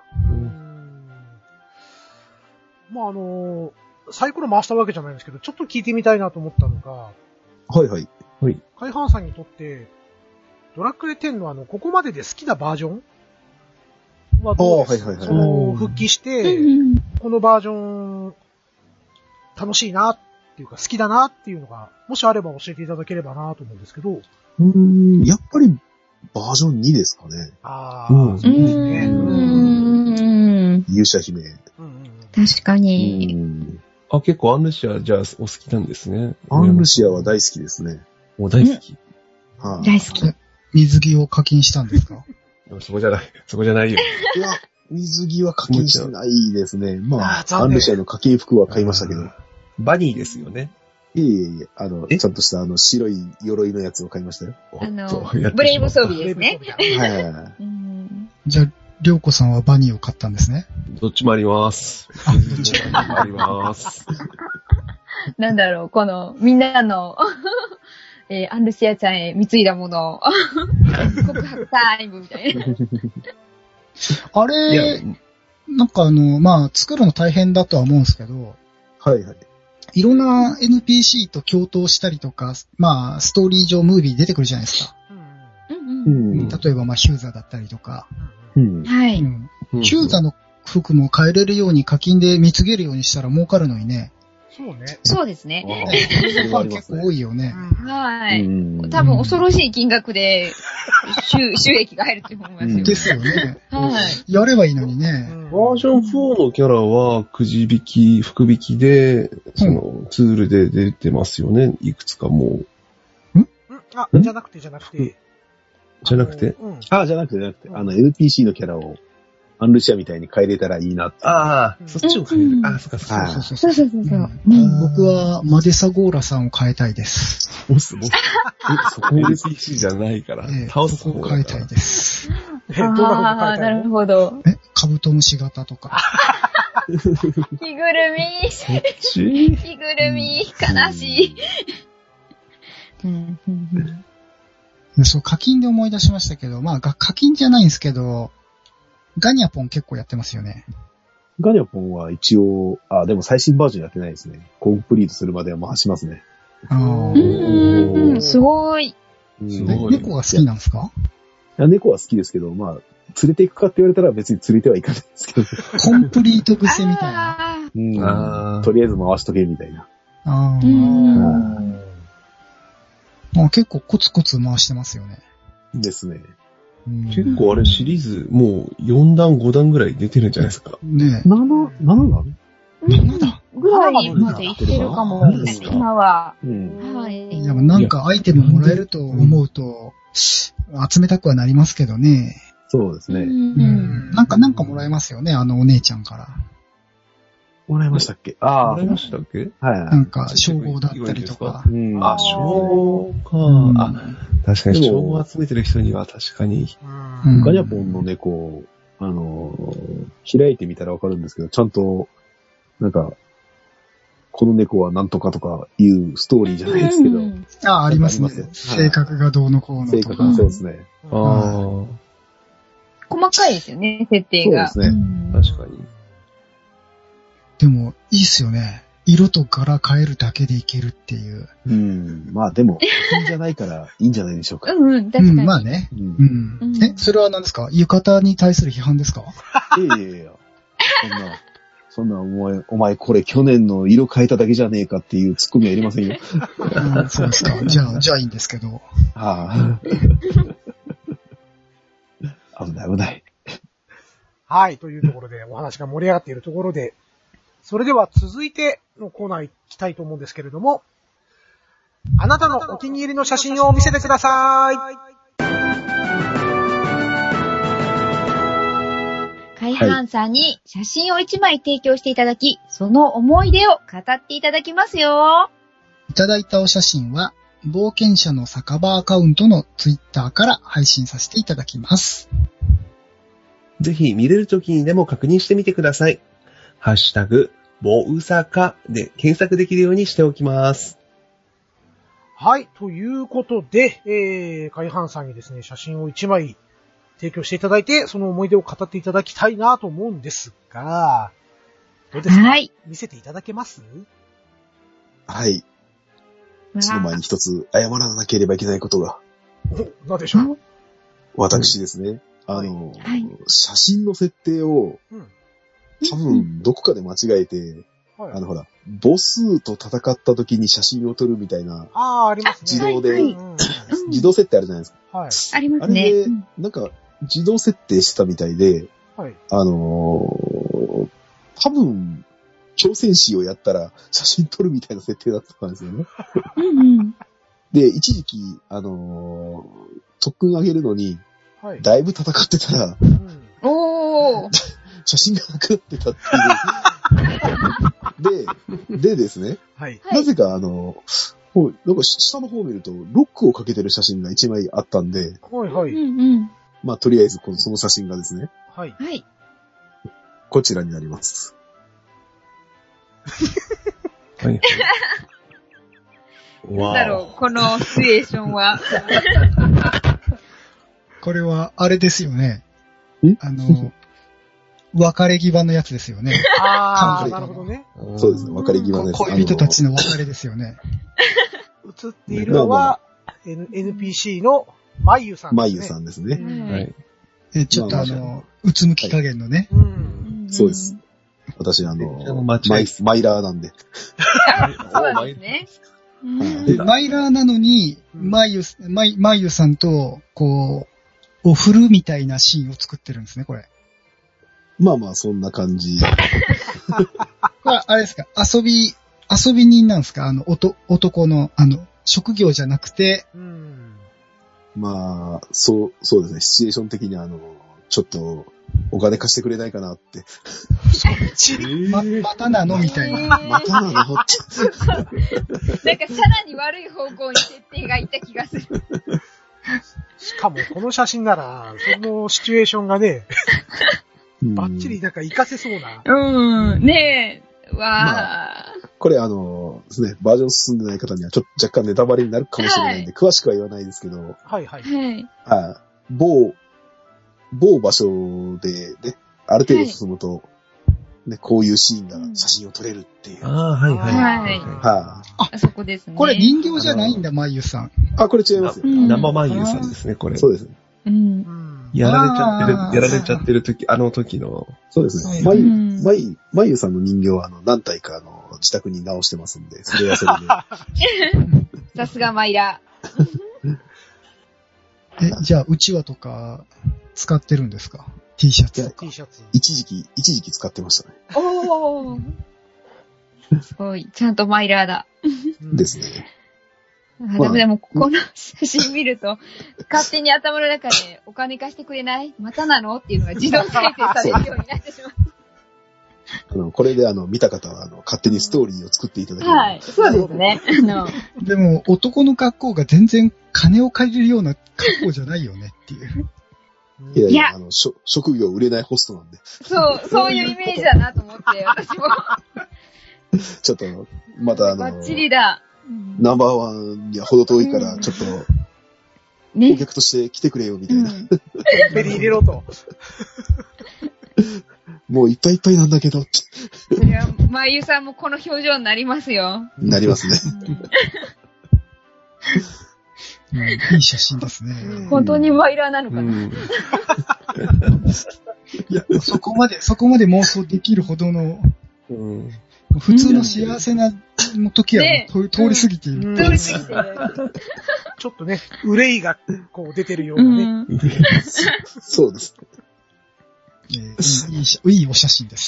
まあ、サイコロ回したわけじゃないんですけど、ちょっと聞いてみたいなと思ったのが、 はいはい。 海浜さんにとって、ドラクエ10のここまでで好きなバージョンはどうですか？復帰して、このバージョン、楽しいなっていうか、好きだなっていうのが、もしあれば教えていただければなと思うんですけど。 やっぱり、バージョン2ですかね。 そうですね。 勇者姫。 確かに。 結構アンルシア、じゃあ、お好きなんですね。 アンルシアは大好きですね。 もう大好き。 大好き。 水着を課金したんですか？ そこじゃないよ。 いや、水着は課金してないですね。まあ、アンルシアの課金服は買いましたけど。 バニーですよね。 いえ、ちゃんとした白い鎧のやつを買いましたよ。 ブレイブ装備ですね。 じゃあ、りょうこさんはバニーを買ったんですね。 どっちもあります。どっちもあります。 なんだろう、この、みんなの、アンルシアちゃんへ貢いだものを、告白タイムみたいな。 あれ、なんかまあ、作るの大変だとは思うんですけど、 はいはい。 いろんな NPC と共闘したりとか、まあ、ストーリー上ムービー出てくるじゃないですか。例えば、まあ、ヒューザーだったりとか。 はい。 ヒューザーの服も変えれるように課金で貢げるようにしたら儲かるのにね。 そうね。 そうですね。 ファン結構多いよね。 はい。多分恐ろしい金額で収益が入ると思いますよ。 ですよね。はい。やればいいのにね。 バージョン4のキャラはくじ引き、福引きで、ツールで出てますよね。いくつかもう。じゃなくて。 じゃなくてじゃなくて、 NPC のキャラを、アンルシアみたいに変えれたらいいなって。 そっちを変える。そっか。 そう。 僕はマデサゴーラさんを変えたいです。 そこ NPC じゃないから。 倒す方を変えたいです。 なるほど。 カブトムシ型とか。 着ぐるみ。着ぐるみ、悲しい。 そう、課金で思い出しましたけど、まあ、課金じゃないんですけど、ガニャポン結構やってますよね。 ガニャポンは一応、でも最新バージョンやってないですね。コンプリートするまでは回しますね。 すごい。 猫が好きなんですか？ いや、猫は好きですけど、まあ、連れて行くかって言われたら別に連れてはいかないですけど。 コンプリート癖みたいな。 とりあえず回しとけみたいな。 結構コツコツ回してますよね。 ですね。 結構あれシリーズもう4段5段ぐらい出てるんじゃないですか。 ねえ。7段 ?7 段ぐらいまでいってるかも、今は。 はい。いや、なんかアイテムもらえると思うと、集めたくはなりますけどね。 そうですね。 なんかもらえますよね、お姉ちゃんから。 もらいましたっけ？ もらいましたっけ？ はい。 なんか、称号だったりとか。 称号か。確かに称号集めてる人には確かに。 ガニャポンの猫、開いてみたらわかるんですけど、ちゃんと、なんか、 この猫はなんとかとかいうストーリーじゃないですけど。 ありますね。性格がどうのこうのとか。 性格がそうですね。 細かいですよね、設定が。 そうですね。 確かに。 でも、いいっすよね。色と柄変えるだけでいけるっていう。 まあでも、いいんじゃないからいいんじゃないでしょうか。 確かに。 まあね。それは何ですか？浴衣に対する批判ですか？ いや。そんな、お前これ去年の色変えただけじゃねえかっていうツッコミはいりませんよ。 そうですか。じゃあいいんですけど。 危ない。 はい、というところでお話が盛り上がっているところで、それでは続いてのコーナー行きたいと思うんですけれども、あなたのお気に入りの写真を見せてください。 海浜さんに写真を1枚提供していただき、その思い出を語っていただきますよ。 いただいたお写真は、冒険者の酒場アカウントのツイッターから配信させていただきます。 ぜひ見れるときにでも確認してみてください。ハッシュタグ、ぼうさかで検索できるようにしておきます。 はい、ということで、海浜さんにですね、写真を1枚提供していただいて、その思い出を語っていただきたいなと思うんですが、どうですか？はい。見せていただけます？ はい。その前に一つ謝らなければいけないことが。 何でしょう？ 私ですね、写真の設定を、多分どこかで間違えて、ほら、ボスと戦った時に写真を撮るみたいな、 ありますね。 自動で、自動設定あるじゃないですか。 はい。ありますね。 あれで、なんか、自動設定してたみたいで、 はい。 多分、挑戦士をやったら写真撮るみたいな設定だったんですよね。で、一時期、特訓上げるのに、だいぶ戦ってたら、写真がなくなってたっていう。でですね、なぜかなんか下の方を見ると、ロックをかけてる写真が1枚あったんで、まあ、とりあえずその写真がですね、こちらになります。 なんだろう、このシチュエーションは。 これは、あれですよね。別れ際のやつですよね。 なるほどね。 そうですね、別れ際のやつ。 恋人たちの別れですよね。 映っているのは、NPC のまゆさんですね。 まゆさんですね。 ちょっとうつむき加減のね。 そうです。私マイラーなんで。 そうなんですね。 マイラーなのに、まゆさんと、お振るみたいなシーンを作ってるんですね、これ。 まあまあ、そんな感じ。 これ、あれですか、遊び人なんですか？男の、職業じゃなくて。 まあ、そうですね、シチュエーション的にちょっと、お金貸してくれないかなって。 そっちまたなのみたいな。 またなのって。 なんかさらに悪い方向に設定がいった気がする。 しかもこの写真なら、そのシチュエーションがね、バッチリなんか活かせそうな。 ねえ。まあ、 これですね、バージョン進んでない方にはちょっと若干ネタバレになるかもしれないんで、詳しくは言わないですけど。某場所でね、ある程度進むと、ね、こういうシーンが写真を撮れるっていう。 あそこですね。 これ人形じゃないんだ、まゆさん。 これ違いますよ。 生まゆさんですね、これ。 そうですね。 やられちゃってる時、時の。 そうですね。まゆさんの人形は何体か自宅に直してますんで、それはそれで。 さすがマイラ。 じゃあ、うちわとか、使ってるんですか？ T シャツとか。 一時期使ってましたね。 すごい。ちゃんとマイラーだ。 ですね。 でも、この写真見ると、勝手に頭の中でお金貸してくれない？またなの？っていうのが自動再生されるようになってしまう。 これで見た方は勝手にストーリーを作っていただければ。 はい、そうですね。 でも、男の格好が全然金を借りるような格好じゃないよねっていう。 いや、職業売れないホストなんで。 そういうイメージだなと思って、私も。 ちょっと、またバッチリだ。 ナンバーワンには程遠いから、ちょっと、 ね。 お客として来てくれよ、みたいな。 ベリー入れろと。 もういっぱいいっぱいなんだけど。 それは、まゆさんもこの表情になりますよ。 なりますね。 いい写真ですね。 本当にマイラーなのかな。 いや、そこまで妄想できるほどの、普通の幸せな時は通り過ぎている。 通り過ぎてる。 ちょっとね、憂いがこう出てるようなね。 そうです。 いいお写真です。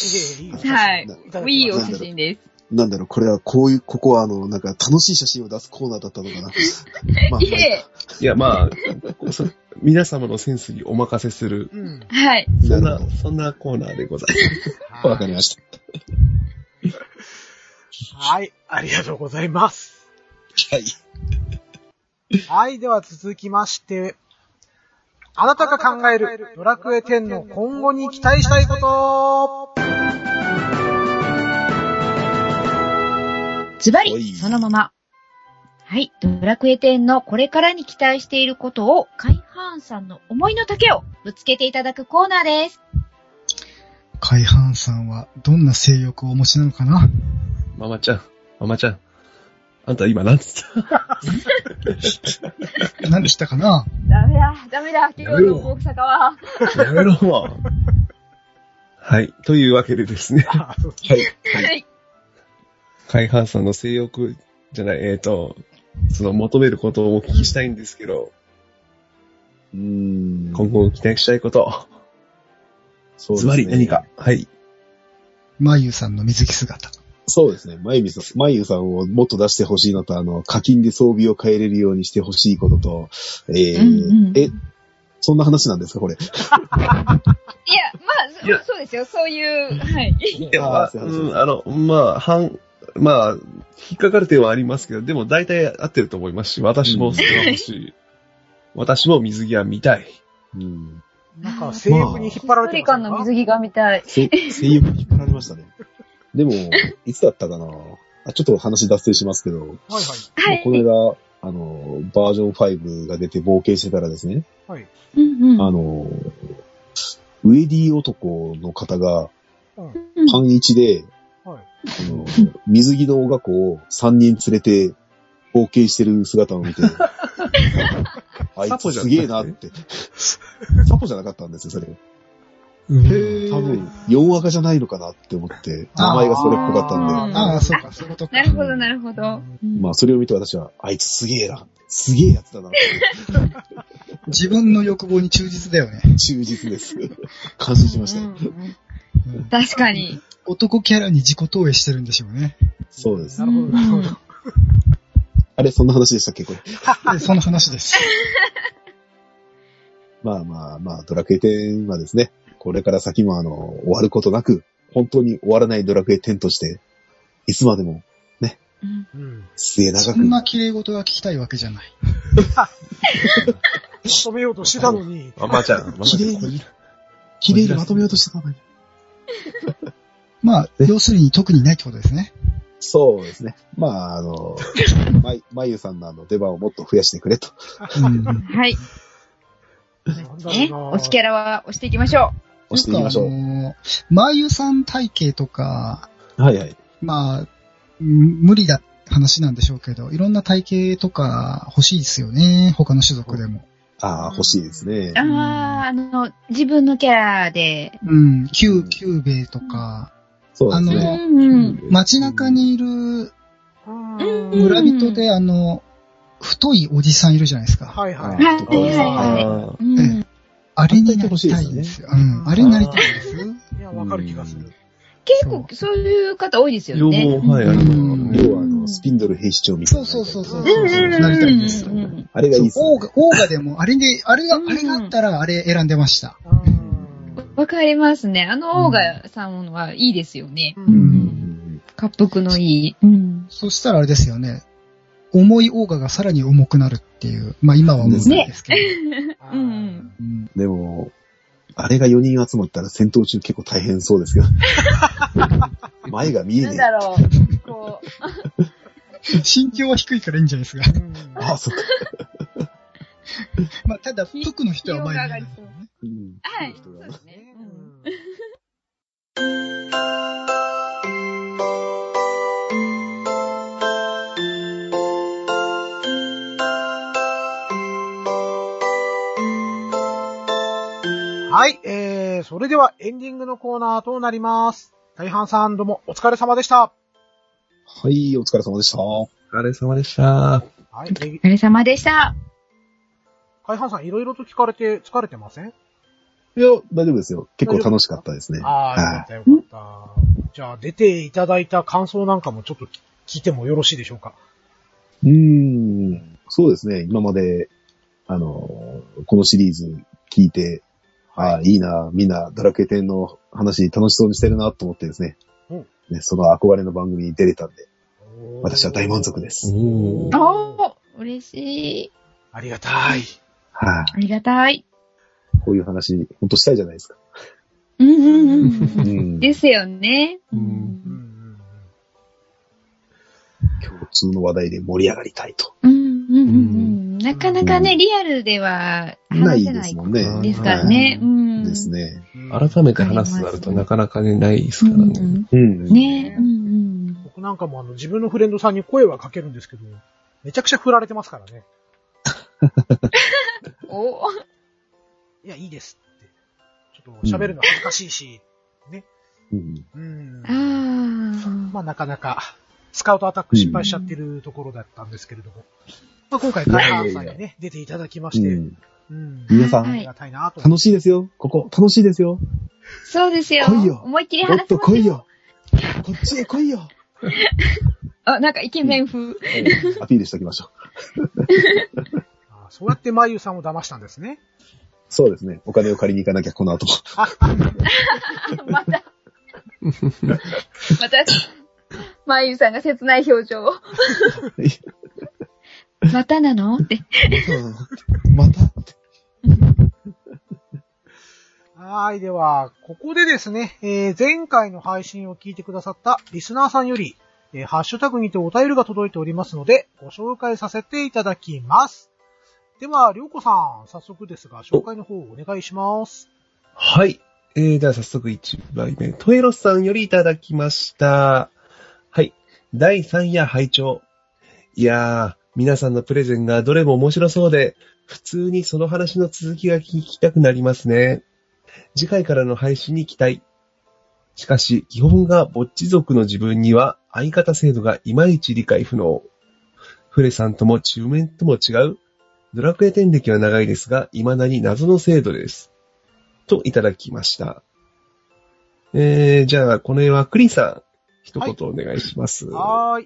はい。いいお写真です。 なんだろう、これはここはなんか楽しい写真を出すコーナーだったのかな。 いや、まあ、皆様のセンスにお任せする。 はい。 そんなコーナーでございます。 わかりました。 はい、ありがとうございます。 はい。 はい、では続きまして、あなたが考えるドラクエ10の今後に期待したいこと。 ズバリ、そのまま。はい、ドラクエ10のこれからに期待していることを、カイハーンさんの思いの丈をぶつけていただくコーナーです。 カイハーンさんはどんな性欲をお持ちなのかな？ ママちゃん。あんた今何つった何でしたかな？ ダメだ、今日の大阪は。 やめろわ。はい、というわけでですね。はい。カイハーンさんの性欲じゃない、その求めることをお聞きしたいんですけど、今後期待したいこと。そうですね。つまり何か。はい。 まゆさんの水着姿。 そうですね。まゆさんをもっと出してほしいのと、課金で装備を変えれるようにしてほしいことと、そんな話なんですか、これ。 いや、そうですよ。そういう、はい。 いや、引っかかる点はありますけど、でも大体合ってると思いますし、私もそれは欲しい。私も水着は見たい。 なんか、性欲に引っ張られてますか？ の水着が見たい。 性欲に引っ張られましたね。でも、いつだったかな？ちょっと話脱線しますけど、はい。この間、バージョン5が出て冒険してたらですね、はい。ウェディ男の方が、パン1で、水着のおが子を3人連れて冒険してる姿を見て、あいつすげえなって。サポじゃなかったんですよ、それ。多分、4赤じゃないのかなって思って、名前がそれっぽかったんで。 そうか、そういうことか。 なるほど。 まあ、それを見て私は、あいつすげえな。すげえやつだなって。 自分の欲望に忠実だよね。 忠実です。感心しましたよ。 確かに。 男キャラに自己投影してるんでしょうね。 そうです。 なるほど。 あれ、そんな話でしたっけ、これ。 そんな話です。 まあ、ドラクエ10はですね、これから先も終わることなく、本当に終わらないドラクエ10として、いつまでも、ね、末長く。 そんな綺麗事が聞きたいわけじゃない。 止めようとしてたのに。 ママちゃん。 綺麗にまとめようとしてたのに。 まあ、要するに特にないってことですね。 そうですね。まあ、まゆさんの出番をもっと増やしてくれと。 はい。推しキャラは押していきましょう。押していきましょう。 まゆさん体型とか、 はいはい。 まあ、無理だ話なんでしょうけど、いろんな体型とか欲しいですよね。他の種族でも。 欲しいですね。 自分のキャラで。 キューベイとか。 そうですね。 街中にいる、村人で太いおじさんいるじゃないですか。 はいはい。 あれになりたいんですよ。あれになりたいんです。 いや、わかる気がする。 結構、そういう方多いですよね。 要望、はい、 要は、スピンドル兵士長みたいな。 そう。なりたいんです。 あれがいいです。 オーガでも、あれがあったら、あれ選んでました。 わかりますね。オーガさんはいいですよね。滑腹のいい。 そしたらあれですよね。重いオーガがさらに重くなるっていう。まあ今は重いですけど。 でも、あれが4人集まったら戦闘中結構大変そうですけど。前が見えねえ。 なんだろう。 そう。 身長は低いからいいんじゃないですか。 あ、そっか。 まあ、ただ、服の人は前に上がる、ね。 はい。そうですね。 はい、それではエンディングのコーナーとなります。大半さんどうもお疲れ様でした。 はい、お疲れ様でした。 お疲れ様でした。 はい、お疲れ様でした。 大半さんいろいろと聞かれて疲れてません？ いや、大丈夫ですよ。結構楽しかったですね。 ああ、よかったよかった。じゃあ出ていただいた感想なんかもちょっと聞いてもよろしいでしょうか？ そうですね。今まで、このシリーズ聞いて、いいな、みんなドラクエ10の話楽しそうにしてるなと思ってですね。ね、その憧れの番組に出れたんで、私は大満足です。 嬉しい。 ありがたい。 ありがたい。 こういう話、ほんとしたいじゃないですか。 ですよね。 共通の話題で盛り上がりたいと。 なかなかね、リアルでは話せないですもんね。ですからね。 ですね。 改めて話すとなるとなかなかね、ないですからね。 ね。 僕なんかも自分のフレンドさんに声はかけるんですけど、めちゃくちゃ振られてますからね。いや、いいですって。ちょっと喋るの恥ずかしいし、ね。まあなかなか、スカウトアタック失敗しちゃってるところだったんですけれども。まあ今回、カイハンさんにね、出ていただきまして。 皆さん、楽しいですよ。ここ、楽しいですよ。 そうですよ。 来いよ。 思いっきり話す。 もっと来いよ。こっちへ来いよ。 なんかイケメン風。 アピールしておきましょう。 そうやってまゆさんを騙したんですね。 そうですね。お金を借りに行かなきゃ、この後。 また、まゆさんが切ない表情を。またなのって。 またって。 はい。では、ここでですね、前回の配信を聞いてくださったリスナーさんより、ハッシュタグにてお便りが届いておりますので、ご紹介させていただきます。では、りょうこさん、早速ですが、紹介の方をお願いします。 はい。では早速1枚目、トエロスさんよりいただきました。はい。第3夜拝聴。いやー、皆さんのプレゼンがどれも面白そうで、普通にその話の続きが聞きたくなりますね。次回からの配信に期待。しかし、基本がぼっち族の自分には相方制度がいまいち理解不能。フレさんとも中面とも違う。ドラクエ10歴は長いですが、未だに謎の制度です。といただきました。じゃあ、この絵はクリンさん、一言お願いします。 はい。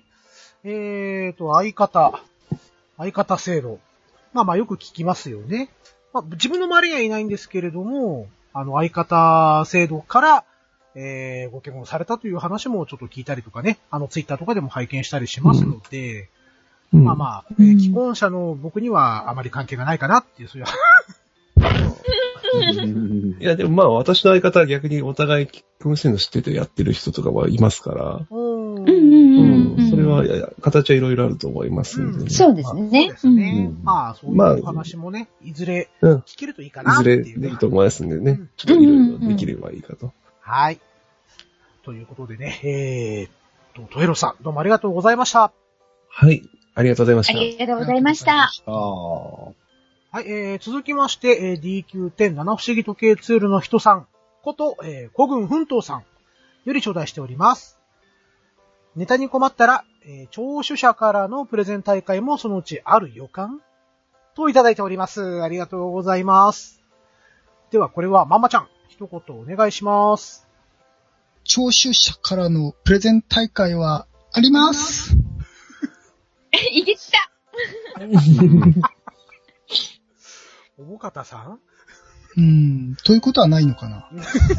相方制度。まあよく聞きますよね。まあ自分の周りにはいないんですけれども、相方制度から、ご結婚されたという話もちょっと聞いたりとかね、ツイッターとかでも拝見したりしますので、既婚者の僕にはあまり関係がないかなっていう、そういう。 いや、でも私の相方は逆にお互い結婚してるの知っててやってる人とかはいますから、それは、形はいろいろあると思いますんで、ね。 そうですね。 そうですね。そういう話もね、いずれ聞けるといいかなっていう。 いずれでいいと思いますんでね、ちょっといろいろできればいいかと。 はい。ということでね、トエロさん、どうもありがとうございました。 はい。ありがとうございました。 ありがとうございました。 はい、続きまして、DQ10 七不思議時計ツールの人さんこと、古軍奮闘さんより頂戴しております。ネタに困ったら、聴取者からのプレゼン大会もそのうちある予感といただいております。ありがとうございます。ではこれはまんまちゃん、一言お願いします。 聴取者からのプレゼン大会はあります。 いけた。 おぼかたさんということはないのかな。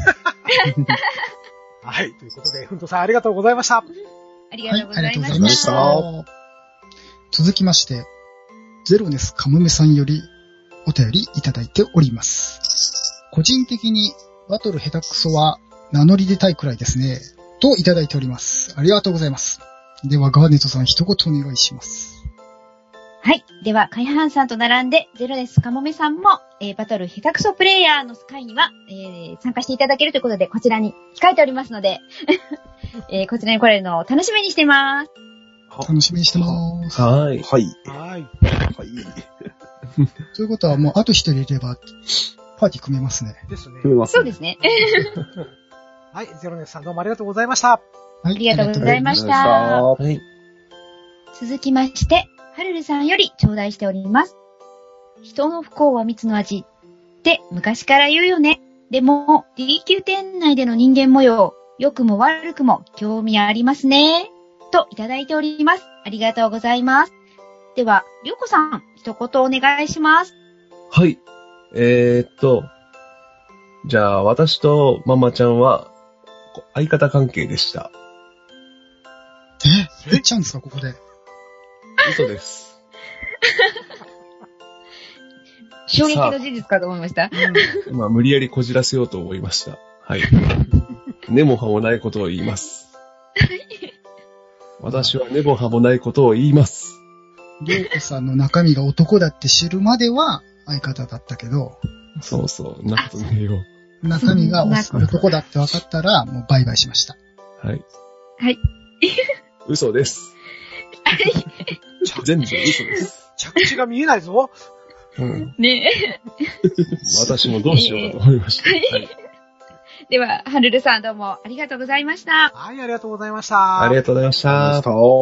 はい、ということで、ふんとさんありがとうございました。 ありがとうございました。 続きまして、ゼロネスカムメさんよりお便りいただいております。個人的にバトル下手くそは名乗り出たいくらいですね。といただいております。ありがとうございます。 では、ガーネットさん、一言お願いします。 はい。では、カイハンさんと並んで、ゼロネスカモメさんも、バトル下手くそプレイヤーの会には、参加していただけるということで、こちらに控えておりますので、こちらに来れるのを楽しみにしています。 楽しみにしてます。 はい。 はい。 はい。はい。 ということは、もう、あと一人いれば、パーティー組めますね。 ですね。 組めます、 そうですね。 はい。ゼロネスさんどうもありがとうございました。 はい。 ありがとうございました。 はい。 続きまして、はるるさんより頂戴しております。人の不幸は蜜の味って昔から言うよね。でも、D 級店内での人間模様、良くも悪くも興味ありますね。といただいております。ありがとうございます。では、りょうこさん、一言お願いします。 はい。じゃあ、私とママちゃんは、相方関係でした。 言っちゃうんですか、ここで。 嘘です。 衝撃の事実かと思いました。 今、無理やりこじらせようと思いました。はい。根も葉もないことを言います。私は根も葉もないことを言います。 りょうこさんの中身が男だって知るまでは相方だったけど。 そうそう、なことねえよ。 中身が男だって分かったら、もうバイバイしました。 はい。 はい。 嘘です。全部嘘です。 着地が見えないぞ。 うん、 ねえ。 私もどうしようかと思いました。はい。 では、はるるさんどうもありがとうございました。 はい、ありがとうございました。 ありがとうございました。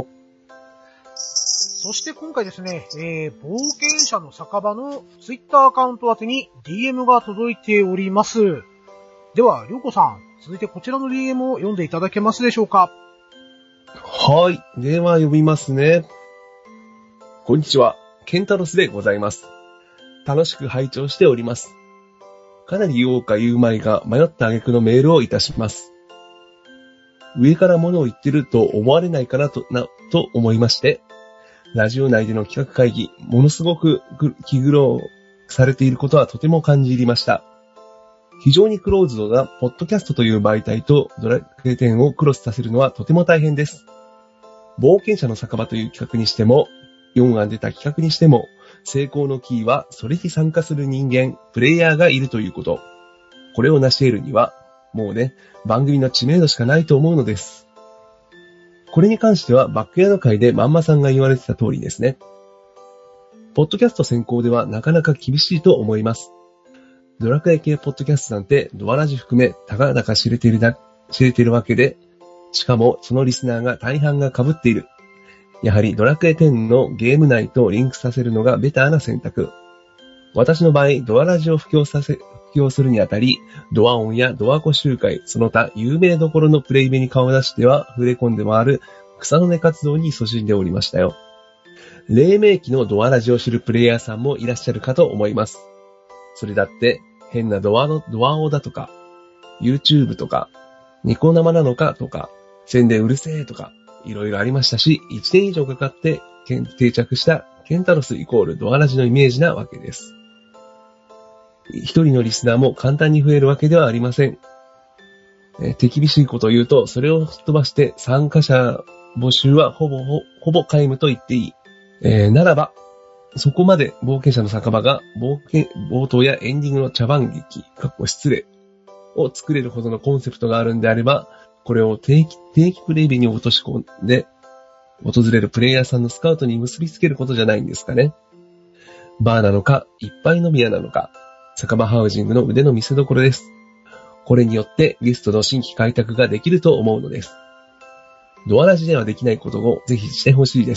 そして今回ですね、冒険者の酒場のツイッターアカウント宛てに DM が届いております。では、りょうこさん、続いてこちらの DM を読んでいただけますでしょうか。 はい。では読みますね。こんにちは。ケンタロスでございます。楽しく拝聴しております。かなり言おうか言うまいが迷った挙句のメールをいたします。上から物を言ってると思われないかなと思いまして、ラジオ内での企画会議、ものすごく気苦労されていることはとても感じ入りました。非常にクローズドなポッドキャストという媒体とドラクエ10をクロスさせるのはとても大変です。冒険者の酒場という企画にしても、4案出た企画にしても、成功のキーはそれに参加する人間、プレイヤーがいるということ。これを成し得るには、もうね、番組の知名度しかないと思うのです。これに関してはバックヤード会でまんまさんが言われてた通りですね。ポッドキャスト先行ではなかなか厳しいと思います。ドラクエ系ポッドキャストなんてドアラジ含めたかだか知れているわけで、しかもそのリスナーが大半が被っている。やはりドラクエ10のゲーム内とリンクさせるのがベターな選択。私の場合、ドアラジを布教するにあたり、ドア音やドアコ集会、その他有名どころのプレイベに顔を出しては触れ込んで回る草の根活動に勤しんでおりましたよ。黎明期のドアラジを知るプレイヤーさんもいらっしゃるかと思います。それだって変なドアオだとか、YouTube とか、ニコ生なのかとか、宣伝うるせえとか、いろいろありましたし、1年以上かかって定着したケンタロスイコールドアラジのイメージなわけです。一人のリスナーも簡単に増えるわけではありません。手厳しいことを言うと、それを吹っ飛ばして参加者募集はほぼ皆無と言っていい。ならば、そこまで冒険者の酒場が冒頭やエンディングの茶番劇、失礼を作れるほどのコンセプトがあるんであれば、これを定期プレイベに落とし込んで、訪れるプレイヤーさんのスカウトに結びつけることじゃないんですかね。バーなのか、いっぱい飲み屋なのか、酒場ハウジングの腕の見せ所です。これによってゲストの新規開拓ができると思うのです。ドアラジではできないことをぜひしてほしいです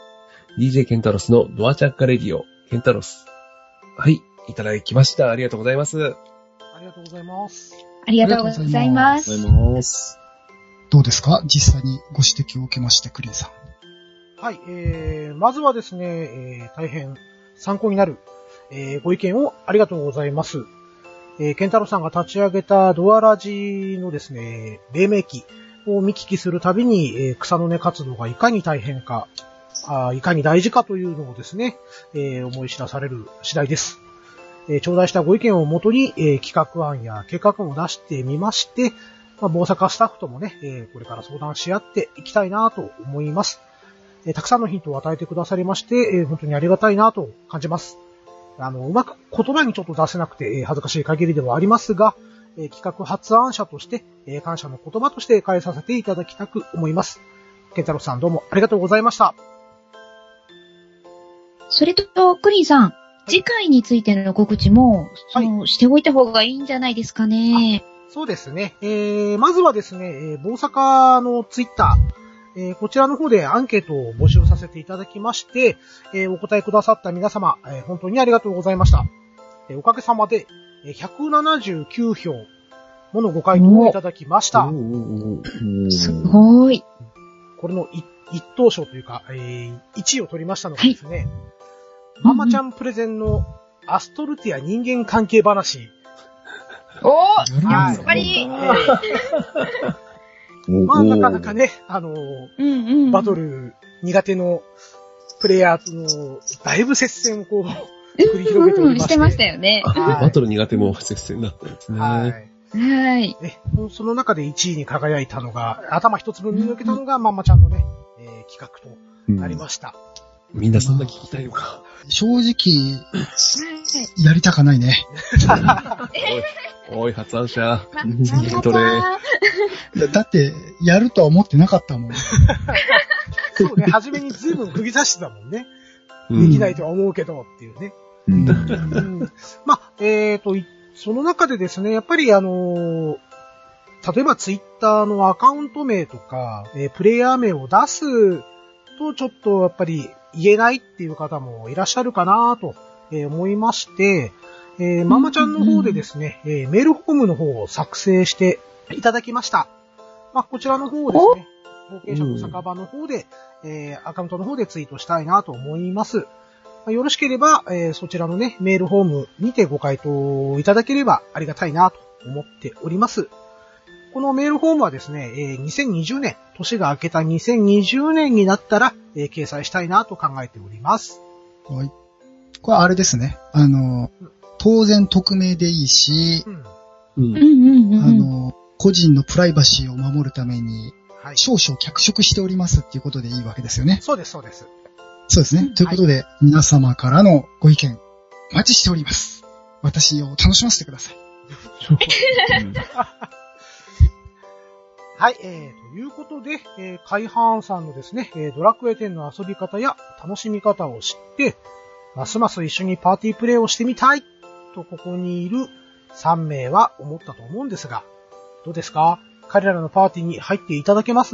。DJ ケンタロスのドアチャッカレディオ、ケンタロス。はい、いただきました。ありがとうございます。 ありがとうございます。 ありがとうございます。 どうですか？実際にご指摘を受けまして、クリンさん。 はい、まずはですね、大変参考になる、ご意見をありがとうございます。ケンタロウさんが立ち上げたドアラジのですね、黎明期を見聞きするたびに、草の根活動がいかに大変か、いかに大事かというのをですね、思い知らされる次第です。頂戴したご意見をもとに、企画案や計画案を出してみまして、 大阪スタッフともね、これから相談し合っていきたいなと思います。たくさんのヒントを与えてくださりまして、本当にありがたいなと感じます。うまく言葉にちょっと出せなくて、恥ずかしい限りではありますが、企画発案者として、感謝の言葉として返させていただきたく思います。健太郎さんどうもありがとうございました。 それと、クリンさん、次回についての告知も、しておいた方がいいんじゃないですかね。 そうですね。まずはですね、大阪のツイッター、こちらの方でアンケートを募集させていただきまして、お答えくださった皆様、本当にありがとうございました。おかげさまで、179票ものご回答をいただきました。 すごい。 これの一等賞というか、1位を取りましたのがですね、ママちゃんプレゼンのアストルティア人間関係話。 やっぱり。 なかなかね、バトル苦手のプレイヤーとのだいぶ接戦をこう、繰り広げておりまして。 してましたよね。 バトル苦手も接戦だったんですね。 はい。 その中で1位に輝いたのが、頭一つ分見抜けたのがママちゃんのね、企画となりました。 みんなそんな聞きたいのか。 正直、やりたかないね。 おい、発案者。 だって、やるとは思ってなかったもん。 そうね、初めに随分釘刺してたもんね。できないとは思うけど、っていうね。その中でですね、やっぱり例えばツイッターのアカウント名とか、プレイヤー名を出すとちょっとやっぱり言えないっていう方もいらっしゃるかなと思いまして、ママちゃんの方でですね、メールフォームの方を作成していただきました。こちらの方をですね、冒険者の酒場の方で、アカウントの方でツイートしたいなと思います。よろしければ、そちらのね、メールフォームにてご回答いただければありがたいなと思っております。このメールフォームはですね、2020年、年が明けた2020年になったら、掲載したいなと考えております。 はい。これあれですね。当然匿名でいいし、個人のプライバシーを守るために、少々脚色しておりますっていうことでいいわけですよね。 そうです、そうです。 そうですね。ということで、皆様からのご意見、お待ちしております。私を楽しませてください。 はい、ということで、海浜さんのですね、ドラクエ10の遊び方や楽しみ方を知って、ますます一緒にパーティープレイをしてみたいとここにいる3名は思ったと思うんですが、どうですか？彼らのパーティーに入っていただけます？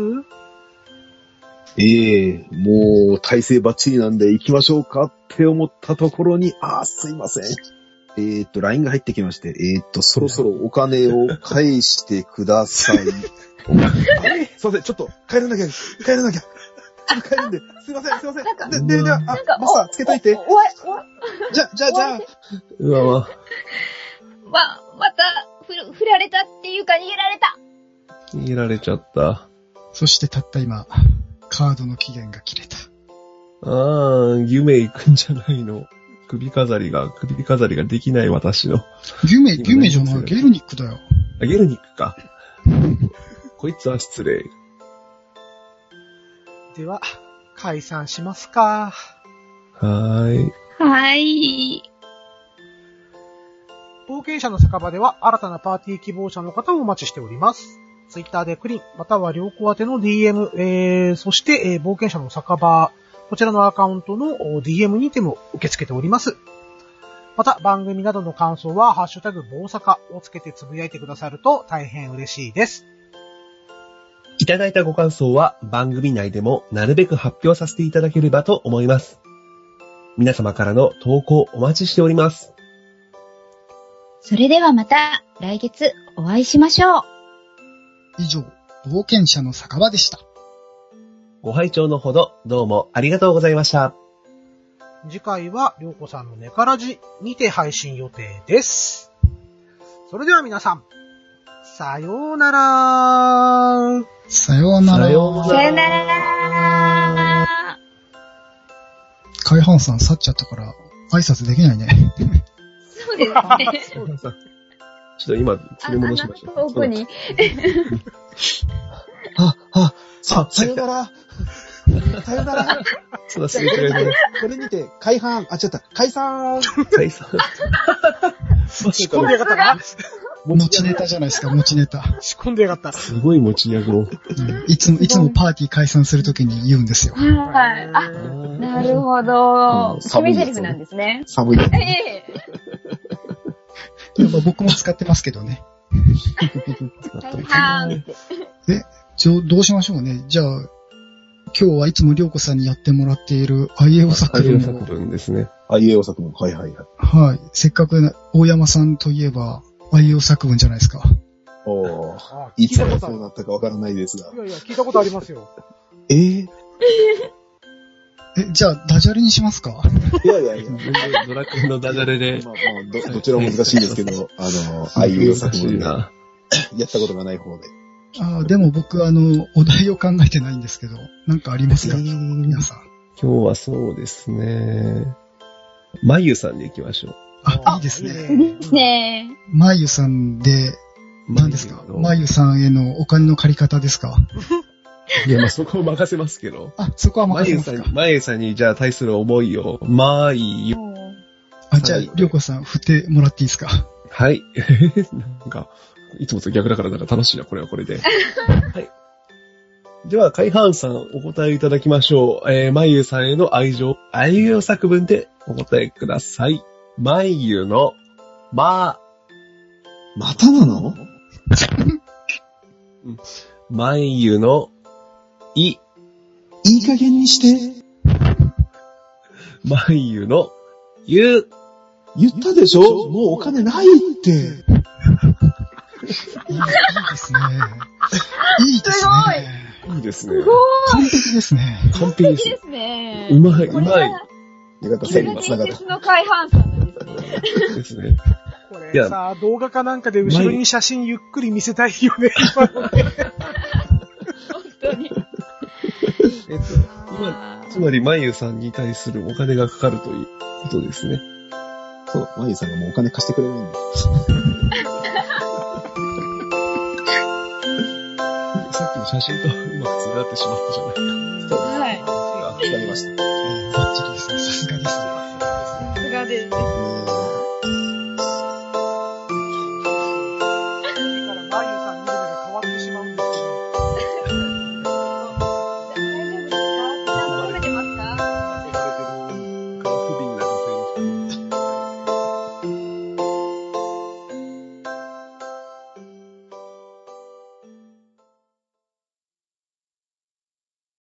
もう体勢バッチリなんで行きましょうかって思ったところに、すいません。LINE が入ってきまして、そろそろお金を返してください。すいません、ちょっと帰らなきゃ。帰るんで、すいません。では、マスターつけといて。じゃあ。 うわまた、振られたっていうか逃げられた。 逃げられちゃった。 そしてたった今、カードの期限が切れた。 夢行くんじゃないの。首飾りができない私の。 夢じゃない、ゲルニックだよ。 ゲルニックか。こいつは失礼。 では、解散しますか。 はい。 冒険者の酒場では新たなパーティー希望者の方をお待ちしております。ツイッターでクリン、または良子宛ての DM、そして、冒険者の酒場、こちらのアカウントの DM にても受け付けております。また、番組などの感想は、ハッシュタグ、棒坂をつけてつぶやいてくださると大変嬉しいです。 いただいたご感想は、番組内でもなるべく発表させていただければと思います。皆様からの投稿お待ちしております。 それではまた来月お会いしましょう。 以上、冒険者の酒場でした。 ご拝聴のほどどうもありがとうございました。 次回はりょうこさんのネカラジにて配信予定です。それでは皆さん、さようなら。 さようなら。海浜さん去っちゃったから挨拶できないね。 そうですね。 ちょっと今、連れ戻しました。 遠くに。 さよなら。さよなら。 そうだ、すれ違いだね。 これにて、解散。あ、違った。解散。 解散。 仕込んでやがったな。 持ちネタじゃないですか、持ちネタ。 仕込んでやがった。 すごい持ち役を。 いつもパーティー解散するときに言うんですよ。 はい。あ、なるほど。決め台詞なんですね。 寒い。 僕も使ってますけどね。 はい。 どうしましょうね。じゃあ、今日はいつもりょうこさんにやってもらっているあいうえお作文を。 あいうえお作文ですね。 あいうえお作文。はいはいはい。 はい。せっかく大山さんといえば、あいうえお作文じゃないですか。 おー。いつもそうなったかわからないですが。 いやいや、聞いたことありますよ。 じゃあ、ダジャレにしますか？ いやいや。 ドラクエのダジャレで。 まあ、どちらも難しいですけど、あいうえお作文やったことがない方で。 でも僕、お題を考えてないんですけど、なんかありますか？皆さん。 今日はそうですね。まゆさんで行きましょう。 いいですね。 いいですね。 まゆさんで、何ですか？まゆさんへのお金の借り方ですか？ いや、まあ、そこを任せますけど。 そこは任せますか？ まゆさんに、じゃあ、対する思いを、まゆ。 じゃあ、りょうこさん、振ってもらっていいですか？ はい。なんか、いつもと逆だからなんか楽しいな、これはこれで。はい。では、カイハンさん、お答えいただきましょう。まゆさんへの愛情、あいうえお作文でお答えください。まゆの、またなの？ まゆの、いい加減にして。 まゆの、言ったでしょ？もうお金ないって。 いいですね。いいですね。 いいですね。 完璧ですね。 完璧ですね。うまい。 よかった、セリフつながった。 伝説の海浜さんなんですね。 ですね。 これさ、動画かなんかで後ろに写真ゆっくり見せたいよね、今のね。 本当に。 今、つまり、まゆさんに対するお金がかかるということですね。 そう、まゆさんがもうお金貸してくれないんだ。 さっきの写真とうまく繋がってしまったじゃないか。 はい。 わかりました。